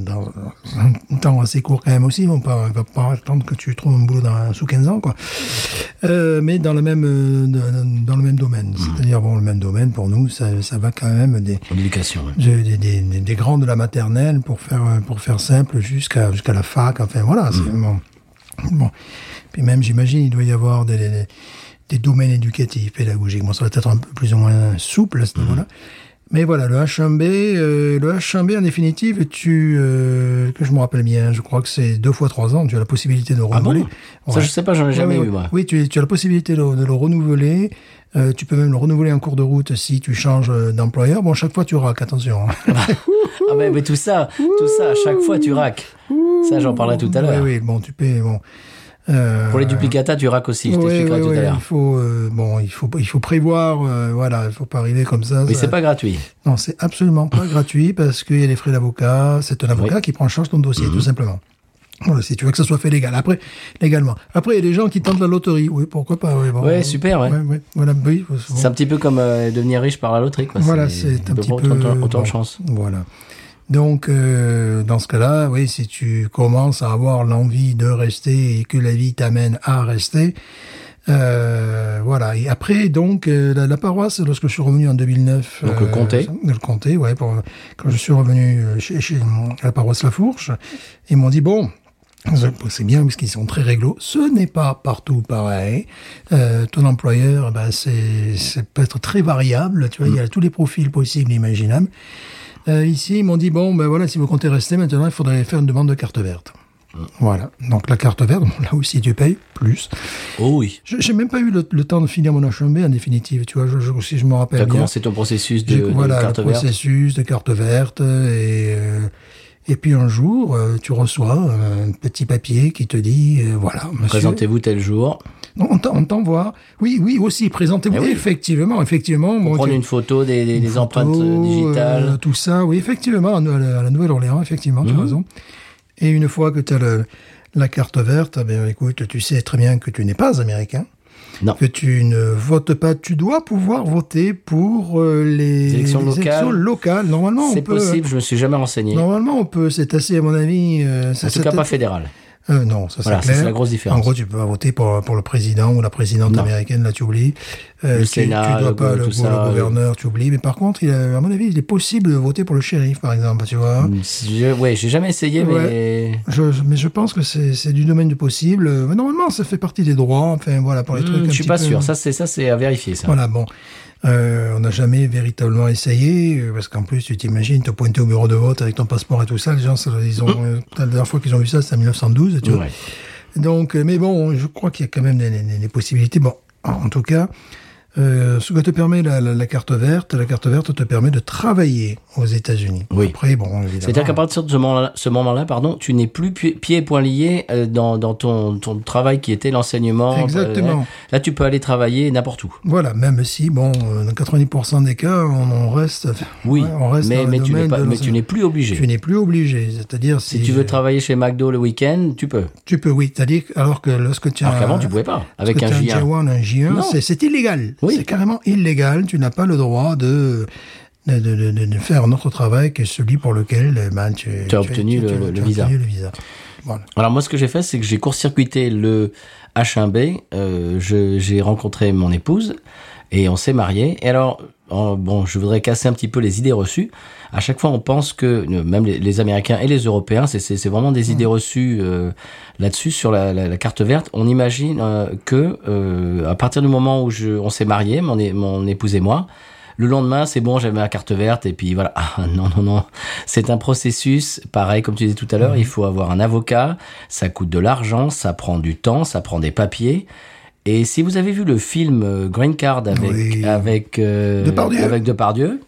un temps assez court quand même aussi. Il va pas attendre que tu trouves un boulot sous 15 ans, quoi. Mais dans le même domaine. C'est-à-dire, le même domaine, pour nous, ça va quand même l'éducation, des grands de la maternelle, pour faire simple, jusqu'à la fac. Enfin, voilà. C'est bon. Puis même, j'imagine, il doit y avoir des domaines éducatifs, pédagogiques. Bon, ça va être un peu plus ou moins souple à ce niveau-là. Mais voilà, le H1B, en définitive, que je me rappelle bien, je crois que c'est 2 fois 3 ans, tu as la possibilité de le renouveler. Bon ça, je sais pas, j'en ai jamais eu, moi. Oui, tu as la possibilité de le renouveler. Tu peux même le renouveler en cours de route si tu changes d'employeur. Bon, chaque fois, tu raques, attention. Mais tout ça, à chaque fois, tu raques. Ça, j'en parlerai tout à l'heure. Oui, bon, tu paies, bon. Pour les duplicata, tu raques aussi, je t'expliquerai tout à l'heure. Il faut prévoir, il faut pas arriver comme ça. Mais c'est pas gratuit. Non, c'est absolument pas gratuit parce qu'il y a les frais d'avocat. C'est un avocat qui prend en charge ton dossier, tout simplement. Voilà, si tu veux que ça soit fait légalement. Après, il y a des gens qui tentent la loterie. Oui, pourquoi pas. Oui, super, ouais. Voilà, c'est un petit peu comme devenir riche par la loterie, quoi. Voilà, c'est un petit peu autant de chance. Voilà. Donc, dans ce cas-là, oui, si tu commences à avoir l'envie de rester et que la vie t'amène à rester, Voilà. Et après, donc, la paroisse, lorsque je suis revenu en 2009... Donc le comté. Le comté, ouais. Quand je suis revenu chez la paroisse La Fourche, ils m'ont dit, bon... C'est bien parce qu'ils sont très réglo. Ce n'est pas partout pareil. Ton employeur, c'est peut être très variable. Tu vois, il y a tous les profils possibles, imaginables. Ici, ils m'ont dit bon, voilà, si vous comptez rester, maintenant, il faudrait faire une demande de carte verte. Voilà. Donc la carte verte, là aussi, tu payes plus. Oh oui. J'ai même pas eu le temps de finir mon HMB en définitive. Tu vois, si je me rappelle bien. T'as commencé ton processus de carte verte. Voilà, le processus de carte verte et puis un jour, tu reçois un petit papier qui te dit, voilà, monsieur... Présentez-vous tel jour. On t'envoie. Oui, aussi, présentez-vous. Oui. Effectivement. Prendre une photo des empreintes digitales. Tout ça, oui, effectivement, à la Nouvelle-Orléans, effectivement, tu as raison. Et une fois que tu as la carte verte, écoute, tu sais très bien que tu n'es pas américain. Non. Que tu ne votes pas, tu dois pouvoir voter pour les élections locales. Normalement, c'est possible, je me suis jamais renseigné. Normalement, on peut, c'est assez, à mon avis... en tout cas, pas fédéral. Non, ça voilà, c'est clair. C'est la grosse différence. En gros, tu peux pas voter pour le président ou la présidente américaine, là tu oublies. Le Sénat, tu dois pas le gouverneur, tu oublies. Mais par contre, à mon avis, il est possible de voter pour le shérif, par exemple, tu vois. Ouais, j'ai jamais essayé, mais... Mais je pense que c'est du domaine du possible. Mais normalement, ça fait partie des droits, enfin voilà, pour les trucs. Je suis pas sûr, ça c'est à vérifier, ça. Voilà, bon. On n'a jamais véritablement essayé, parce qu'en plus, tu t'imagines, te pointer au bureau de vote avec ton passeport et tout ça, les gens, la dernière fois qu'ils ont vu ça, c'était en 1912, tu vois. Ouais. Donc, mais bon, je crois qu'il y a quand même des possibilités. Bon, en tout cas, ce que te permet la carte verte te permet de travailler aux États-Unis. Oui. Après, bon, évidemment. C'est-à-dire qu'à partir de ce moment-là, pardon, tu n'es plus pieds et poings liés dans ton travail qui était l'enseignement. Exactement. Là, tu peux aller travailler n'importe où. Voilà, même si, bon, dans 90% des cas, on reste. Oui, on reste mais tu n'es plus obligé. Tu n'es plus obligé. C'est-à-dire si tu veux travailler chez McDo le week-end, tu peux. Tu peux, oui. C'est-à-dire alors que lorsque tu as. Alors qu'avant, tu pouvais pas. Avec un J1. Un J1, c'est illégal. Oui. C'est carrément illégal. Tu n'as pas le droit de faire un autre travail que celui pour lequel tu as obtenu le visa. Voilà. Alors moi, ce que j'ai fait, c'est que j'ai court-circuité le H1B. J'ai rencontré mon épouse et on s'est mariés. Et alors, je voudrais casser un petit peu les idées reçues. À chaque fois, on pense que même les Américains et les Européens, c'est vraiment des idées reçues là-dessus sur la carte verte. On imagine que à partir du moment où on s'est mariés, mon épouse et moi, le lendemain, c'est bon, j'avais ma carte verte et puis voilà. Ah, non. C'est un processus, pareil, comme tu disais tout à l'heure, il faut avoir un avocat, ça coûte de l'argent, ça prend du temps, ça prend des papiers. Et si vous avez vu le film Green Card avec Depardieu,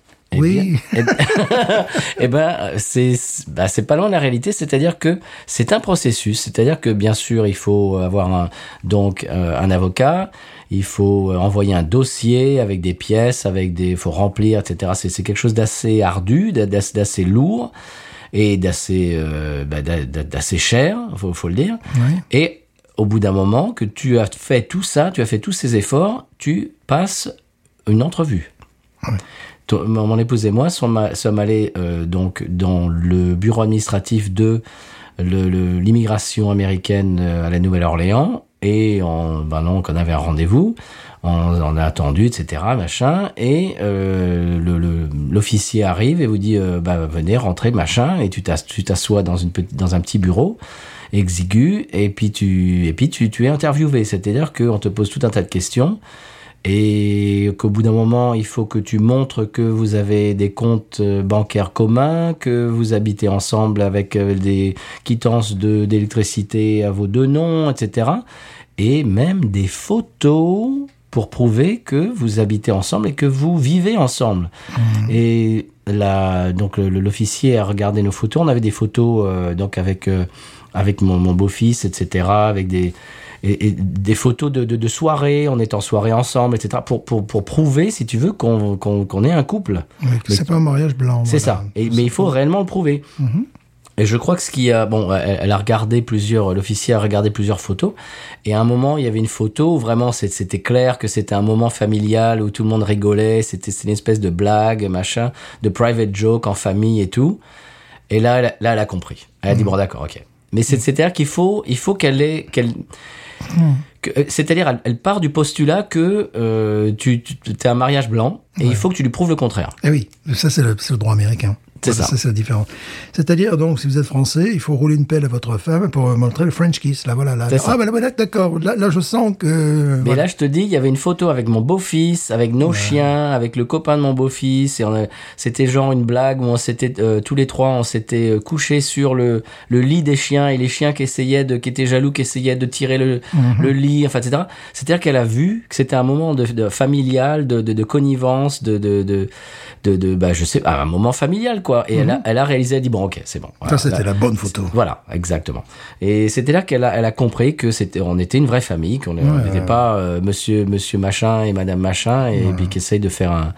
c'est pas loin de la réalité, c'est-à-dire que c'est un processus, c'est-à-dire que bien sûr, il faut avoir un avocat. Il faut envoyer un dossier avec des pièces, faut remplir, etc. C'est quelque chose d'assez ardu, d'assez lourd et d'assez cher, faut le dire. Oui. Et au bout d'un moment que tu as fait tout ça, tu as fait tous ces efforts, tu passes une entrevue. Oui. Mon épouse et moi sommes allés donc dans le bureau administratif de l'immigration américaine à la Nouvelle-Orléans. Et on avait un rendez-vous, on a attendu, etc., machin, et l'officier arrive et vous dit venez, rentrez, machin, et tu t'assois dans un petit bureau exigu, et puis tu es interviewé, c'est-à-dire qu'on te pose tout un tas de questions, et qu'au bout d'un moment, il faut que tu montres que vous avez des comptes bancaires communs, que vous habitez ensemble avec des quittances d'électricité à vos deux noms, etc. Et même des photos pour prouver que vous habitez ensemble et que vous vivez ensemble. Mmh. Et donc l'officier a regardé nos photos. On avait des photos avec mon beau-fils, etc., avec des photos de soirée, on est en soirée ensemble, etc., pour prouver, si tu veux, qu'on est un couple. Oui, c'est pas un mariage blanc. C'est ça. Mais il faut réellement le prouver. Mm-hmm. Et je crois que l'officier a regardé plusieurs photos, et à un moment, il y avait une photo où vraiment, c'était clair que c'était un moment familial où tout le monde rigolait, c'était une espèce de blague, machin, de private joke en famille et tout. Et là, elle a compris. Elle a dit, bon, d'accord, ok. Mais c'est-à-dire qu'il faut qu'elle c'est-à-dire, elle part du postulat que tu es un mariage blanc et il faut que tu lui prouves le contraire. Et oui, ça c'est le droit américain. C'est ça. Ça, c'est la différence. C'est-à-dire, donc, si vous êtes français, il faut rouler une pelle à votre femme pour montrer le French kiss. Là, voilà. Là. Ah, ben là, d'accord. Là, je sens que... Mais voilà. là, je te dis, il y avait une photo avec mon beau-fils, avec nos chiens, avec le copain de mon beau-fils. Et c'était genre une blague où on s'était, tous les trois, on s'était couchés sur le lit des chiens et les chiens qui étaient jaloux, qui essayaient de tirer le lit, enfin, etc. C'est-à-dire qu'elle a vu que c'était un moment de familial, de connivence, je sais, un moment familial, quoi. Et elle a réalisé, elle dit bon, ok, c'est bon. Voilà, ça, c'était la bonne photo. Voilà, exactement. Et c'était là qu'elle a compris que on était une vraie famille, qu'on n'était pas monsieur machin et madame machin, et puis qui essaye de faire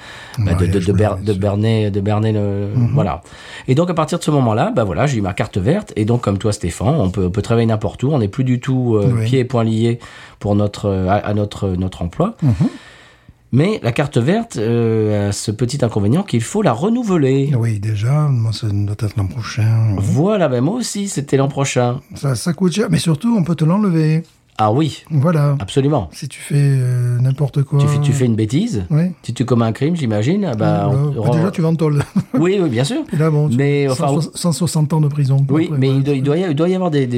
de berner le, voilà. Et donc, à partir de ce moment-là, voilà, j'ai eu ma carte verte. Et donc, comme toi, Stéphane, on peut travailler n'importe où. On n'est plus du tout pieds et poings liés pour à notre emploi. Mais la carte verte a ce petit inconvénient qu'il faut la renouveler. Oui, déjà, moi, ça doit être l'an prochain. Voilà, moi aussi, c'était l'an prochain. Ça coûte cher, mais surtout, on peut te l'enlever. Ah oui, voilà. Absolument. Si tu fais n'importe quoi... Tu fais une bêtise, si tu commets un crime, j'imagine... déjà, tu vas en tôle. Oui, bien sûr. Et là, bon, mais, 160 ans de prison. Oui, après, mais il doit y avoir des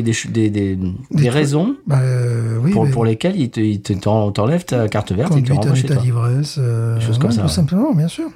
raisons pour lesquelles ils t'enlèvent ta carte verte et tu rentres chez toi. Conduite à l'état d'ivresse. Choses comme ça. Tout simplement, bien sûr.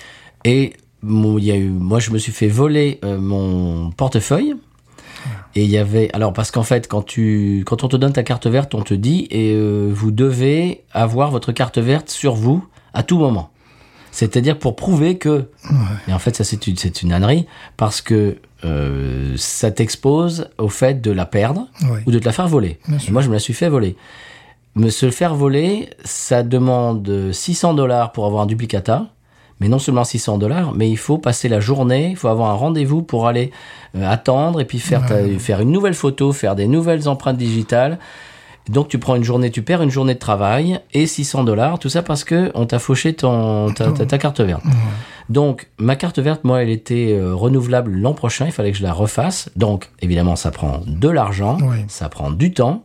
Et moi, je me suis fait voler mon portefeuille. Et il y avait... Alors, parce qu'en fait, quand on te donne ta carte verte, on te dit vous devez avoir votre carte verte sur vous à tout moment. C'est-à-dire pour prouver que... Et en fait, ça, c'est une ânerie, parce que ça t'expose au fait de la perdre ou de te la faire voler. Et moi, je me la suis fait voler. Me se faire voler, ça demande $600 pour avoir un duplicata. Mais non seulement $600, mais il faut passer la journée, il faut avoir un rendez-vous pour aller attendre et puis faire une nouvelle photo, faire des nouvelles empreintes digitales. Donc tu perds une journée de travail et $600, tout ça parce que on t'a fauché ta carte verte. Donc ma carte verte, moi, elle était renouvelable l'an prochain, il fallait que je la refasse. Donc évidemment, ça prend de l'argent, ça prend du temps.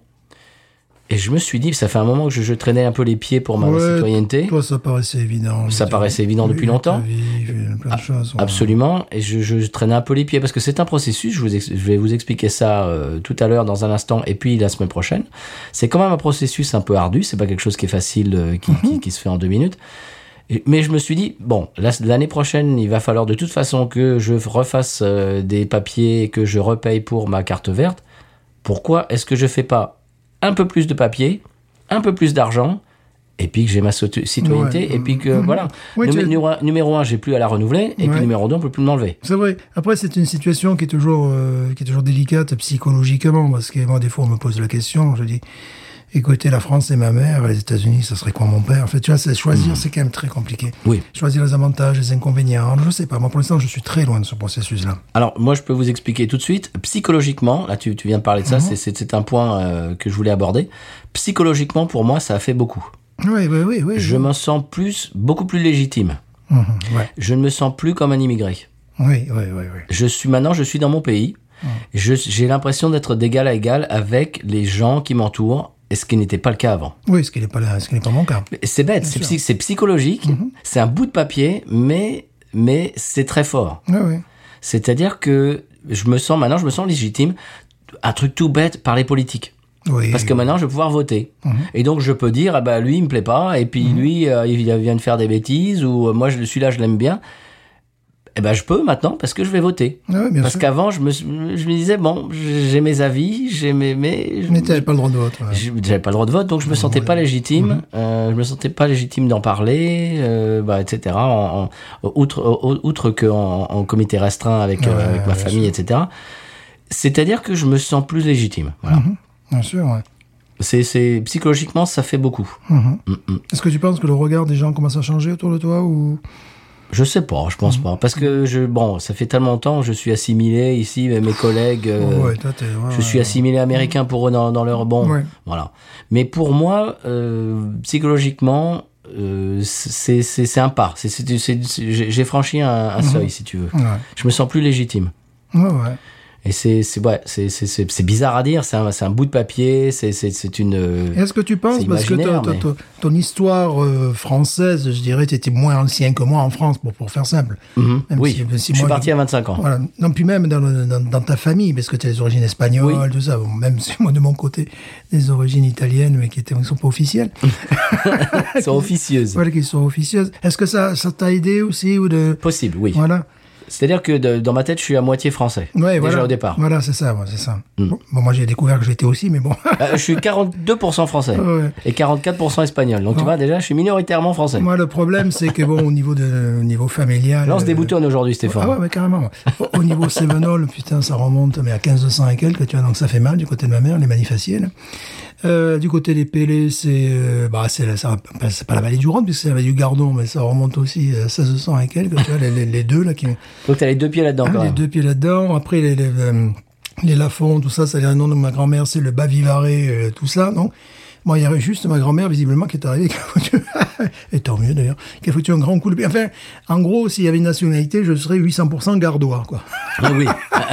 Et je me suis dit, ça fait un moment que je traînais un peu les pieds pour ma citoyenneté. Toi, ça paraissait évident. Ça paraissait évident depuis longtemps. Plein de choses, absolument. Et je traînais un peu les pieds parce que c'est un processus. Je vais vous expliquer ça tout à l'heure dans un instant et puis la semaine prochaine. C'est quand même un processus un peu ardu. C'est pas quelque chose qui est facile, qui se fait en 2 minutes. Mais je me suis dit, bon, l'année prochaine, il va falloir de toute façon que je refasse des papiers et que je repaye pour ma carte verte. Pourquoi est-ce que je fais pas un peu plus de papier, un peu plus d'argent, et puis que j'ai ma citoyenneté, et puis que, voilà. Numéro 1, j'ai plus à la renouveler, et puis numéro 2, on peut plus m'enlever. C'est vrai. Après, c'est une situation qui est toujours délicate psychologiquement, parce que moi, des fois, on me pose la question, je dis, écoutez, la France, c'est ma mère, les États-Unis, ça serait quoi mon père? En fait, tu vois, choisir, c'est quand même très compliqué. Oui. Choisir les avantages, les inconvénients, je sais pas. Moi, pour l'instant, je suis très loin de ce processus-là. Alors, moi, je peux vous expliquer tout de suite. Psychologiquement, là, tu viens de parler de ça, c'est un point que je voulais aborder. Psychologiquement, pour moi, ça a fait beaucoup. Oui. Je me sens beaucoup plus légitime. Je ne me sens plus comme un immigré. Oui. Je suis dans mon pays. J'ai l'impression d'être d'égal à égal avec les gens qui m'entourent. Et ce qui n'était pas le cas avant. Oui, ce qui n'est pas mon cas. C'est bête, c'est psychologique, c'est un bout de papier, mais c'est très fort. Oui. C'est-à-dire que je me sens légitime. Un truc tout bête par les politiques. Oui, parce que maintenant, je vais pouvoir voter. Et donc, je peux dire, lui, il me plaît pas, et puis lui, il vient de faire des bêtises, ou moi, celui-là, je l'aime bien. Je peux maintenant parce que je vais voter. Parce qu'avant, je me disais, bon, j'ai mes avis, mais tu n'avais pas le droit de vote. J'avais pas le droit de vote, donc je me sentais pas légitime. Je me sentais pas légitime d'en parler, etc. Outre que en comité restreint avec ma famille, etc. C'est-à-dire que je me sens plus légitime. Voilà. Bien sûr, ouais. C'est psychologiquement, ça fait beaucoup. Est-ce que tu penses que le regard des gens commence à changer autour de toi ou... Je sais pas, je pense pas. Parce que ça fait tellement longtemps, je suis assimilé ici, mes collègues, je suis assimilé américain pour eux dans leur voilà. Mais pour moi, psychologiquement, c'est un pas. J'ai franchi un seuil, si tu veux. Je me sens plus légitime. Et c'est bizarre à dire, c'est un bout de papier, c'est une. Est-ce que tu penses, parce que ton histoire française, je dirais, tu étais moins ancien que moi en France, pour faire simple. Oui, si je suis parti à 25 ans. Voilà. Non, puis même dans ta famille, parce que tu as des origines espagnoles, tout ça. Bon, même si moi, de mon côté, des origines italiennes, mais qui ne sont pas officielles. Elles sont officieuses. Voilà, qui sont officieuses. Est-ce que ça t'a aidé aussi Possible, oui. Voilà. C'est-à-dire que dans ma tête, je suis à moitié français. Ouais, déjà au départ. Voilà, c'est ça. Bon, moi, j'ai découvert que j'étais aussi, mais bon. Je suis 42% français et 44% espagnol. Donc, tu vois, déjà, je suis minoritairement français. Moi, le problème, c'est que, bon, au niveau familial... Là, on se déboutonne aujourd'hui, Stéphane. Ah ouais, carrément. Au niveau Sévenol, putain, ça remonte mais à 1500 et quelques, tu vois, donc ça fait mal du côté de ma mère, les Manifaciels. Du côté des Pélés, c'est pas la vallée du Rhône, puisque c'est la vallée du Gardon, mais ça remonte aussi à 1600 et quelques, tu vois, les deux, là, qui... Donc, t'as les deux pieds là-dedans, quand même. Les deux pieds là-dedans. Après, les Lafont, tout ça, c'est le nom de ma grand-mère, c'est le Bas-Vivarais, tout ça, non? Bon, il y avait juste ma grand-mère, visiblement, qui est arrivée, qui a foutu, et tant mieux d'ailleurs, qui a foutu un grand coup de pied. Enfin, en gros, s'il y avait une nationalité, je serais 800% gardois, quoi. Ah oui.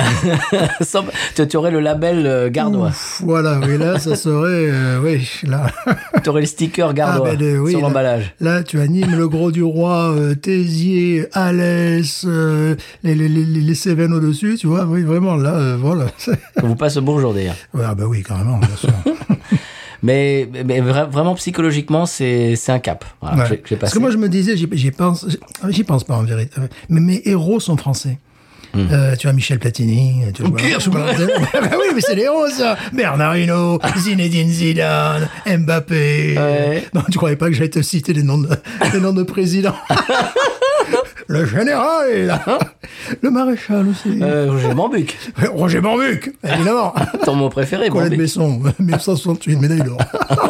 Tu aurais le label gardois. Ouf, voilà, oui, là, ça serait, oui, là. Tu aurais le sticker gardois sur l'emballage. Là, tu animes le Gros du Roi, Tézier, Alès, les Cévennes au-dessus, tu vois, oui, vraiment, là, voilà. On vous passe le bonjour, d'ailleurs. Ouais, bah oui, carrément, bien sûr. Mais vraiment psychologiquement, c'est un cap. Voilà, ouais. Parce que moi, je me disais, j'y pense pas en vérité. Mais mes héros sont français. Tu vois, Michel Platini. Tu vois, bah oui, mais c'est les héros, ça. Bernard Hinault, Zinedine Zidane, Mbappé. Ouais. Non, tu croyais pas que j'allais te citer les noms de présidents. Le général, le maréchal aussi. Roger Mambuc. Roger Mambuc, évidemment. Ton mot préféré, Colette Besson, 1968, médaille d'or.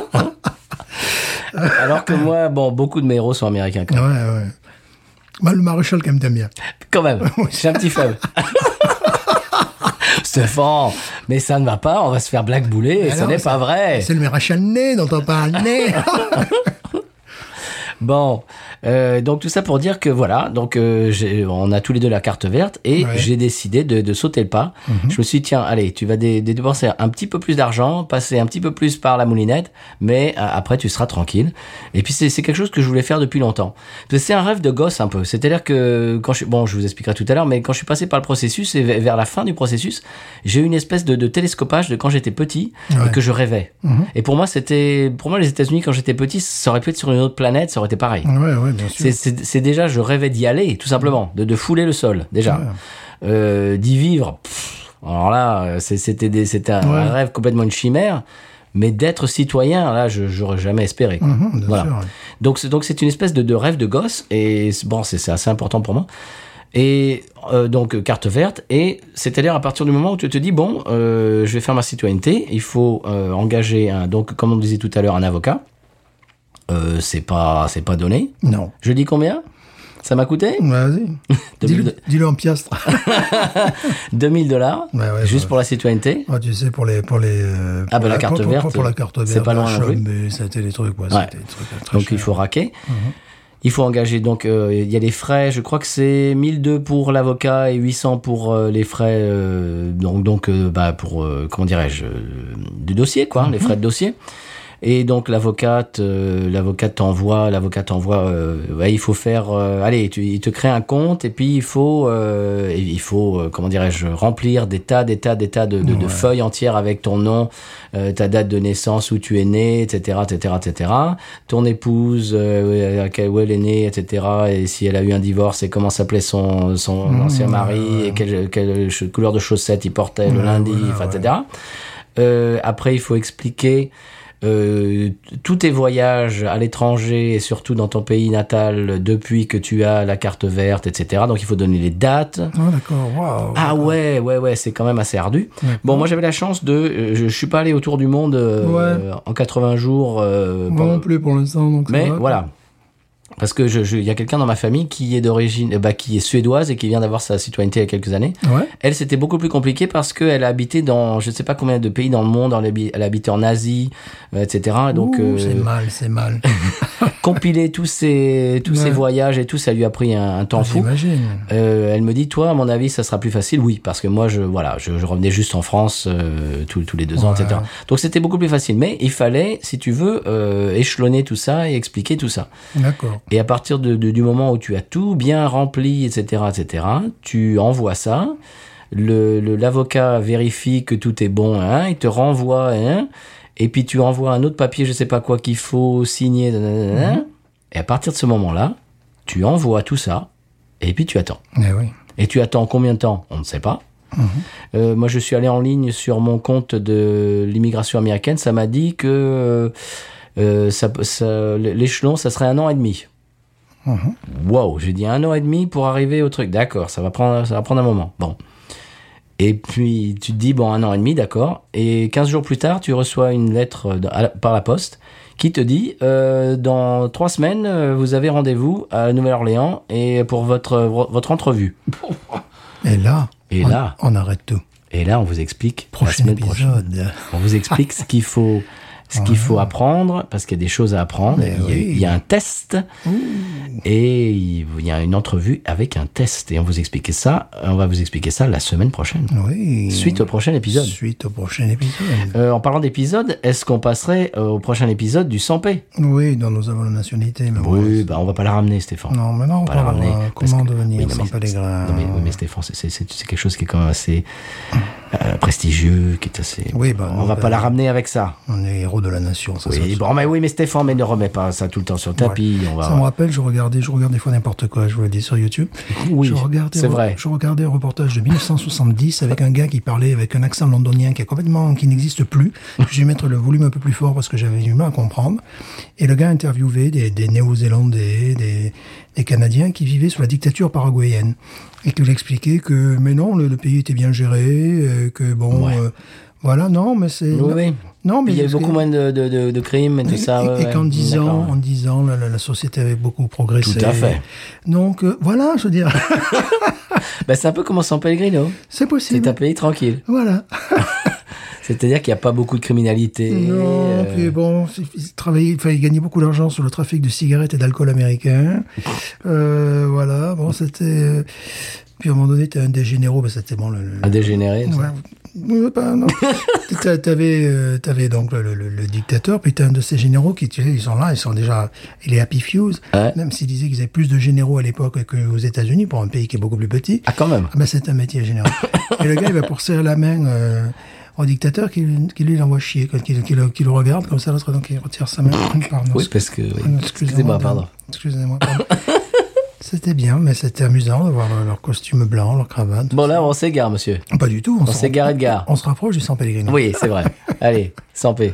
Alors que moi, bon, beaucoup de mes héros sont américains, quand même. Ouais. Bah, le maréchal, quand même, t'aimes bien. Quand même, j'ai un petit faible. Stéphane, mais ça ne va pas, on va se faire blackbouler, et ce n'est pas vrai. C'est le maréchal Ney dont on parle, Ney. Bon, donc tout ça pour dire que voilà, donc on a tous les deux la carte verte et j'ai décidé de sauter le pas. Je me suis dit, tiens, allez, tu vas dépenser un petit peu plus d'argent, passer un petit peu plus par la moulinette, mais après tu seras tranquille. Et puis c'est quelque chose que je voulais faire depuis longtemps. C'est un rêve de gosse un peu. C'est-à-dire que je vous expliquerai tout à l'heure, mais quand je suis passé par le processus et vers la fin du processus, j'ai eu une espèce de télescopage de quand j'étais petit et que je rêvais. Et pour moi les États-Unis quand j'étais petit, ça aurait pu être sur une autre planète, ça aurait été pareil. Ouais, bien sûr. C'est déjà, je rêvais d'y aller, tout simplement, de fouler le sol, déjà. D'y vivre, alors là, c'était un rêve complètement une chimère, mais d'être citoyen, là, j'aurais jamais espéré. Quoi. Voilà. Sûr, donc c'est une espèce de rêve de gosse, et bon, c'est assez important pour moi. Et donc carte verte, et c'est-à-dire à partir du moment où tu te dis bon, je vais faire ma citoyenneté, il faut engager donc comme on disait tout à l'heure un avocat. C'est pas donné. Non. Je dis combien? Ça m'a coûté? Vas-y. Dis-le en piastres. $2000, juste pour la citoyenneté. Ouais, tu sais, pour la carte verte. Pour la carte verte. C'est pas loin non plus. Mais ça a été des trucs, c'était des trucs très donc chers. il faut raquer. Il faut engager, donc il y a des frais, je crois que c'est 1 200 pour l'avocat et 800 pour les frais, pour, comment dirais-je, du dossier, quoi, les frais de dossier. Et donc l'avocate t'envoie, il faut faire, il te crée un compte et puis il faut comment dirais-je, remplir des tas de feuilles entières avec ton nom, ta date de naissance, où tu es né, etc., ton épouse, où elle est née, etc., et si elle a eu un divorce et comment s'appelait son ancien mari et quelle couleur de chaussettes il portait le lundi, etc. Après il faut expliquer tous tes voyages à l'étranger et surtout dans ton pays natal depuis que tu as la carte verte, etc. Donc il faut donner les dates. Oh d'accord, waouh. Ah ouais, c'est quand même assez ardu. Bon, moi j'avais la chance je suis pas allé autour du monde en 80 jours. Moi non plus pour l'instant. Donc mais voilà. Parce que il y a quelqu'un dans ma famille qui est d'origine, qui est suédoise et qui vient d'avoir sa citoyenneté il y a quelques années. Ouais. Elle, c'était beaucoup plus compliqué parce qu'elle a habité dans, je ne sais pas combien de pays dans le monde. Elle a habité en Asie, etc. Donc, c'est mal. compiler tous ces voyages et tout, ça lui a pris un temps fou. J'imagine. Elle me dit, toi, à mon avis, ça sera plus facile. Oui, parce que moi, je revenais juste en France tous les 2 ans, etc. Donc, c'était beaucoup plus facile. Mais il fallait, si tu veux, échelonner tout ça et expliquer tout ça. D'accord. Et à partir du moment où tu as tout bien rempli, etc., tu envoies ça. L'avocat vérifie que tout est bon, hein, il te renvoie, hein, et puis tu envoies un autre papier, je sais pas quoi qu'il faut signer, et à partir de ce moment-là, tu envoies tout ça, et puis tu attends. Eh oui. Et tu attends combien de temps ? On ne sait pas. Moi, je suis allé en ligne sur mon compte de l'immigration américaine, ça m'a dit que l'échelon, ça serait 1 an et demi. Wow, j'ai dit 1 an et demi pour arriver au truc. D'accord, ça va prendre un moment. Bon. Et puis, tu te dis, bon, 1 an et demi, d'accord. Et 15 jours plus tard, tu reçois une lettre par la poste qui te dit, dans 3 semaines, vous avez rendez-vous à Nouvelle-Orléans et pour votre entrevue. Et là, on arrête tout. Et là, on vous explique Prochain épisode. On vous explique ce qu'il faut apprendre, parce qu'il y a des choses à apprendre. Il y a un test et il y a une entrevue avec un test. Et on va vous expliquer ça la semaine prochaine. Oui. Suite au prochain épisode. En parlant d'épisode, est-ce qu'on passerait au prochain épisode du 100p ? Oui, dont nous avons la nationalité. Mais oui, on va pas la ramener, Stéphane. Non, mais non, on va pas la ramener. Comment devenir sans pèlerin ? Oui, mais Stéphane, c'est quelque chose qui est quand même assez prestigieux, qui est assez... Oui, on va pas la ramener avec ça. On est héros de la nation, ça. Mais Stéphane, ne remets pas ça tout le temps sur le tapis. Ouais. Ça me rappelle, je regarde des fois n'importe quoi, je vous le dis sur YouTube. Oui, c'est vrai. Je regardais un reportage de 1970 avec un gars qui parlait avec un accent londonien qui n'existe plus. Je vais mettre le volume un peu plus fort parce que j'avais du mal à comprendre. Et le gars interviewait des Néo-Zélandais, des Canadiens qui vivaient sous la dictature paraguayenne. Et qui lui expliquait que, mais non, le pays était bien géré, que bon... Ouais. Voilà, non, mais c'est... Oui. Non, mais il y avait beaucoup moins de crimes et tout ça. Et qu'en 10 ans, la société avait beaucoup progressé. Tout à fait. Donc, voilà, je veux dire... C'est un peu comme San Pellegrino. C'est possible. C'est un pays tranquille. Voilà. C'est-à-dire qu'il n'y a pas beaucoup de criminalité. Non, puis bon, il gagnait beaucoup d'argent sur le trafic de cigarettes et d'alcool américain. Voilà, bon, c'était... Puis à un moment donné, t'as un des généraux, c'était bon... Un dégénéré, ouais. Non. T'avais donc le dictateur, puis t'as un de ces généraux qui, tu sais, ils sont là, il est Happy Few, même s'ils disaient qu'ils avaient plus de généraux à l'époque qu'aux États-Unis, pour un pays qui est beaucoup plus petit. Ah, quand même. C'est un métier général. Et le gars, il va pour serrer la main au dictateur qui lui l'envoie chier, qui le regarde comme ça, l'autre, donc il retire sa main. Pardon. Oui, parce que... Excusez-moi, pardon. C'était bien, mais c'était amusant de voir leur costume blanc, leur cravate. Bon, là, on s'égare, monsieur. Pas du tout. On s'égare de gare. On se rapproche du San Pellegrino. Oui, c'est vrai. Allez, San P.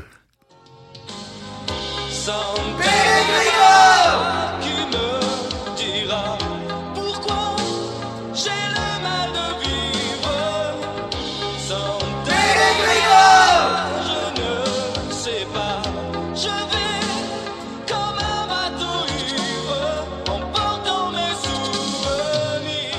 San Pellegrino, qui me dira pourquoi j'ai le mal de vivre. San Pellegrino, je ne sais pas, je vais comme un bateau ivre en portant mes souvenirs.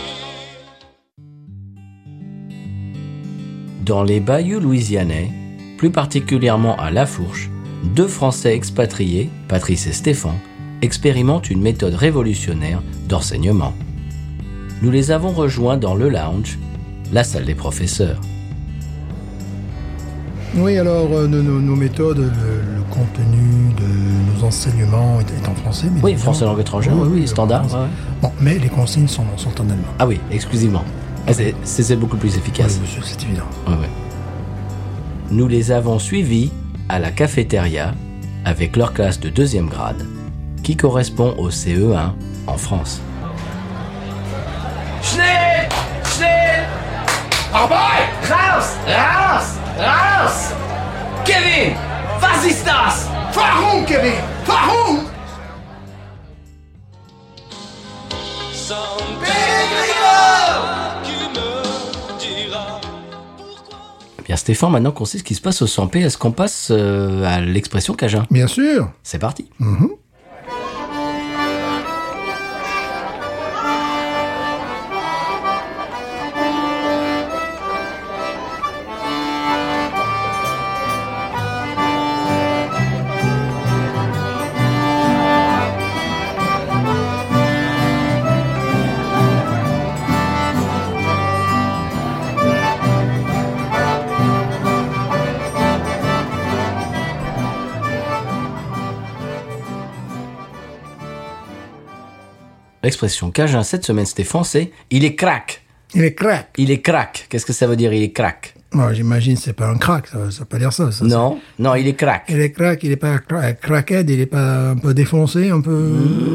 Dans les bayous louisianais, plus particulièrement à Lafourche, 2 Français expatriés, Patrice et Stéphane, expérimentent une méthode révolutionnaire d'enseignement. Nous les avons rejoints dans le lounge, la salle des professeurs. Oui, alors nos méthodes, le contenu de nos enseignements est en français. Mais oui, français langue étrangère, oui, standard. Ouais. Bon, mais les consignes sont en allemand. Ah oui, exclusivement. C'est beaucoup plus efficace. Oui, monsieur, c'est évident. Ouais. Nous les avons suivis à la cafétéria avec leur classe de 2e grade, qui correspond au CE1 en France. Schnell! Arbeit! Raus! Kevin! Was ist das? Warum, Kevin? Warum? San Pellegrino, qui me dira pourquoi. Bien Stéphane, maintenant qu'on sait ce qui se passe au 100p, est-ce qu'on passe à l'expression Cajun ? Bien sûr. C'est parti. L'expression cajun cette semaine, Stéphane, c'est « il est crack ». Il est crack. Il est crack. Qu'est-ce que ça veut dire, il est crack? Moi, j'imagine c'est pas un crack, ça veut pas dire ça. Non, non, il est crack. Il est crack, il est pas crackhead, il est pas un peu défoncé, un peu...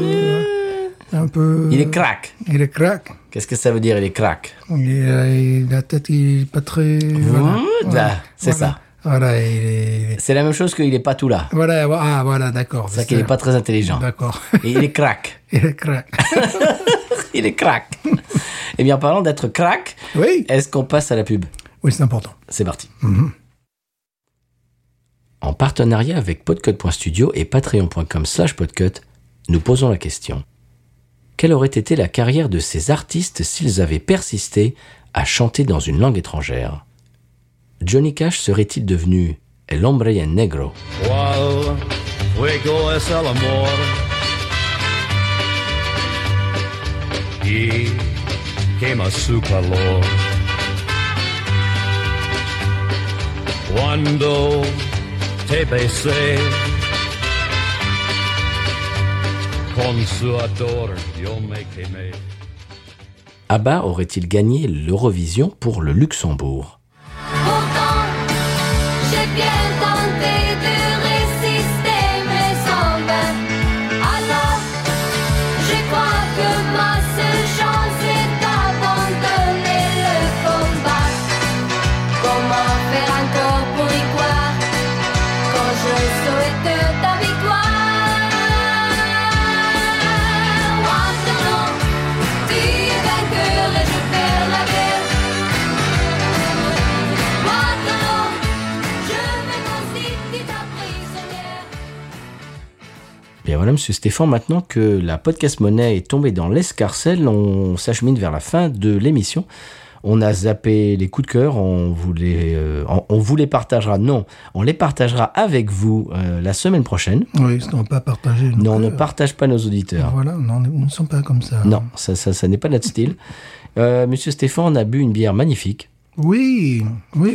Il est crack. Il est crack. Qu'est-ce que ça veut dire, il est crack? La tête, il est pas très... Voilà. C'est ça. Voilà, C'est la même chose qu'il est pas tout là. Voilà, d'accord. C'est ça qu'il est pas très intelligent. D'accord. Et il est crack. Il est crack. Il est crack. Eh bien, en parlant d'être crack, oui. Est-ce qu'on passe à la pub? Oui, c'est important. C'est parti. En partenariat avec podcut.studio et patreon.com/podcut, nous posons la question. Quelle aurait été la carrière de ces artistes s'ils avaient persisté à chanter dans une langue étrangère? Johnny Cash serait-il devenu El Hombre en Negro? Cual fuego es el amor y quema su calor. Cuando te besé con su ardor yo me quemé. ABBA aurait-il gagné l'Eurovision pour le Luxembourg? Pourtant, j'ai bien tenté de résister, mais en vain. Alors, je crois que ma seule chance est d'abandonner le combat. Comment faire encore pour y croire quand je souhaite ta victoire? Maintenant, tu es vainqueur et je perds la guerre. Bien voilà, monsieur Stéphane, maintenant que la podcast monnaie est tombée dans l'escarcelle, on s'achemine vers la fin de l'émission. On a zappé les coups de cœur, on vous les partagera. Non, on les partagera avec vous la semaine prochaine. Oui, parce qu'on ne va pas partager. Non, on ne partage pas nos auditeurs. Voilà, non, nous ne sommes pas comme ça. Non, ça n'est pas notre style. Monsieur Stéphane, on a bu une bière magnifique. Oui.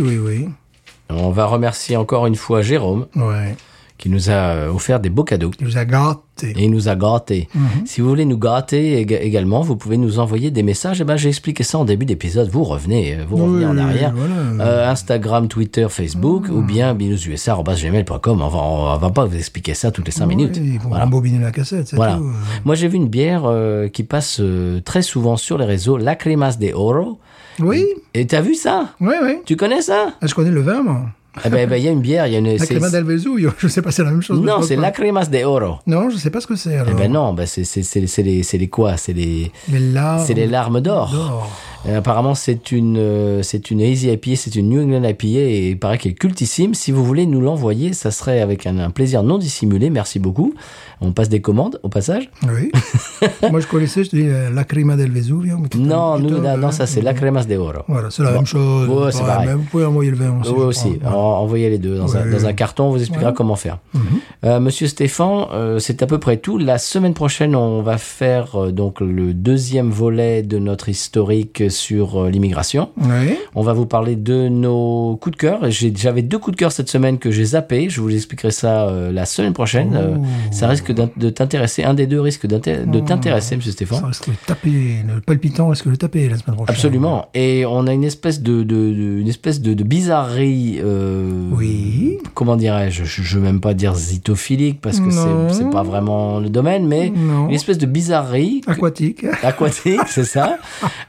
On va remercier encore une fois Jérôme. Ouais. Qui nous a offert des beaux cadeaux. Il nous a gâtés. Et il nous a gâtés. Si vous voulez nous gâter également, vous pouvez nous envoyer des messages. J'ai expliqué ça en début d'épisode. Vous revenez en arrière. Voilà. Instagram, Twitter, Facebook, ou bien binoususa@gmail.com. On va pas vous expliquer ça toutes les 5 minutes. Il faut embobiner la cassette, c'est voilà. tout. Moi, j'ai vu une bière qui passe très souvent sur les réseaux, Lacrimas de Oro. Oui. Et t'as vu ça? Oui. Tu connais ça? Je connais le vin, moi. Il y a une bière, il y a une... Lacrimas del Vesuvio, je sais pas, c'est la même chose. Non, c'est Lacrimas de Oro. Non, je sais pas ce que c'est, alors. Non, c'est les quoi? C'est les larmes. C'est les larmes d'or. Apparemment, c'est une Easy IPA, c'est une New England IPA et il paraît qu'elle est cultissime. Si vous voulez nous l'envoyer, ça serait avec un plaisir non dissimulé. Merci beaucoup. On passe des commandes au passage. Oui. Moi, je connaissais, je te dis Lacrima del Vesuvio. Non, ça c'est Lacrimas de Oro. Voilà, c'est la même chose. Ouais, c'est pareil. Mais vous pouvez envoyer le vin aussi. Oui, aussi. Envoyez les deux dans un carton, on vous expliquera comment faire. Monsieur Stéphane, c'est à peu près tout. La semaine prochaine, on va faire donc le deuxième volet de notre historique sur l'immigration. Oui. On va vous parler de nos coups de cœur. J'avais 2 coups de cœur cette semaine que j'ai zappés. Je vous expliquerai ça la semaine prochaine. Ça risque de t'intéresser. Un des deux risque de t'intéresser, monsieur Stéphane. Ça risque de taper. Le palpitant risque de taper la semaine prochaine. Absolument. Et on a une espèce de bizarrerie. Oui. Comment dirais-je? Je veux même pas dire zitophilique parce que c'est pas vraiment le domaine, mais une espèce de bizarrerie. Aquatique, c'est ça.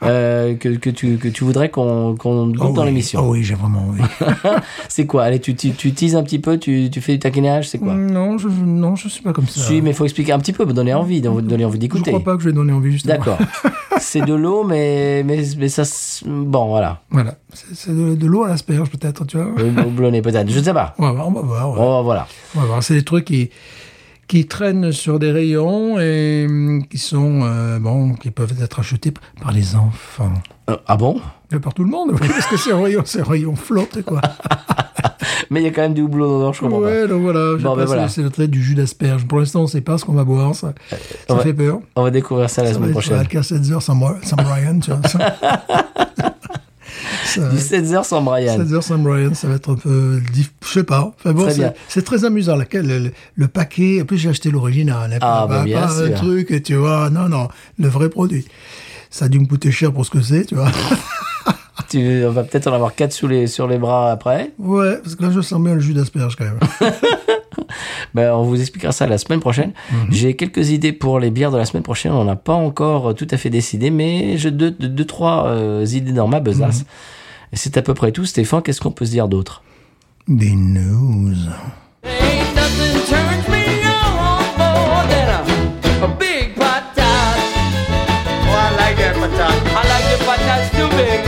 Que tu voudrais qu'on goûte dans l'émission. Oh oui, j'ai vraiment envie. C'est quoi? Allez, tu teases un petit peu, tu fais du taquinage, c'est quoi? Non, je suis pas comme ça. Si, mais il faut expliquer un petit peu, donner envie d'écouter. Je crois pas que je vais donner envie, justement. D'accord. C'est de l'eau, mais ça... Bon, voilà. Voilà. C'est de l'eau à l'asperge, peut-être, tu vois. Blonné, peut-être. Je ne sais pas. On va voir. Voilà. On va voir. C'est des trucs qui traînent sur des rayons et qui sont, qui peuvent être achetés par les enfants. Ah bon? Par tout le monde, parce que c'est un rayon flotte, quoi. Mais il y a quand même du houblon dedans, je comprends pas. Donc voilà. C'est le trait du jus d'asperge. Pour l'instant, on ne sait pas ce qu'on va boire. Ça fait peur. On va découvrir ça la semaine prochaine. À 7h sans Brian, tu vois. Ça- Du 16h sans Brian. 16h Sam Bryan, ça va être un peu... Je sais pas. Enfin bon, Très bien. c'est très amusant. Le paquet... En plus, j'ai acheté l'original. Hein, Ah, bah, bien pas sûr. un truc, tu vois. Non, le vrai produit. Ça a dû me coûter cher pour ce que c'est, tu vois. On va peut-être en avoir 4 sur les bras après. Ouais, parce que là, je sens bien le jus d'asperge, quand même. Ben, on vous expliquera ça la semaine prochaine. J'ai quelques idées pour les bières de la semaine prochaine. On n'a pas encore tout à fait décidé, mais j'ai deux, trois idées dans ma besace. Et c'est à peu près tout. Stéphane, qu'est-ce qu'on peut se dire d'autre? Des news. Ain't nothing turns me on more than a big patat. Oh, I like that patat. I like the patats too big.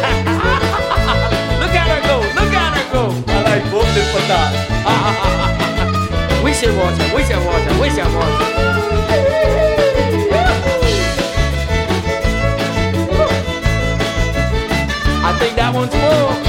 Look at her go, look at her go. I like both the patats. We should watch her, we should watch her, we should watch her. I think that one's full.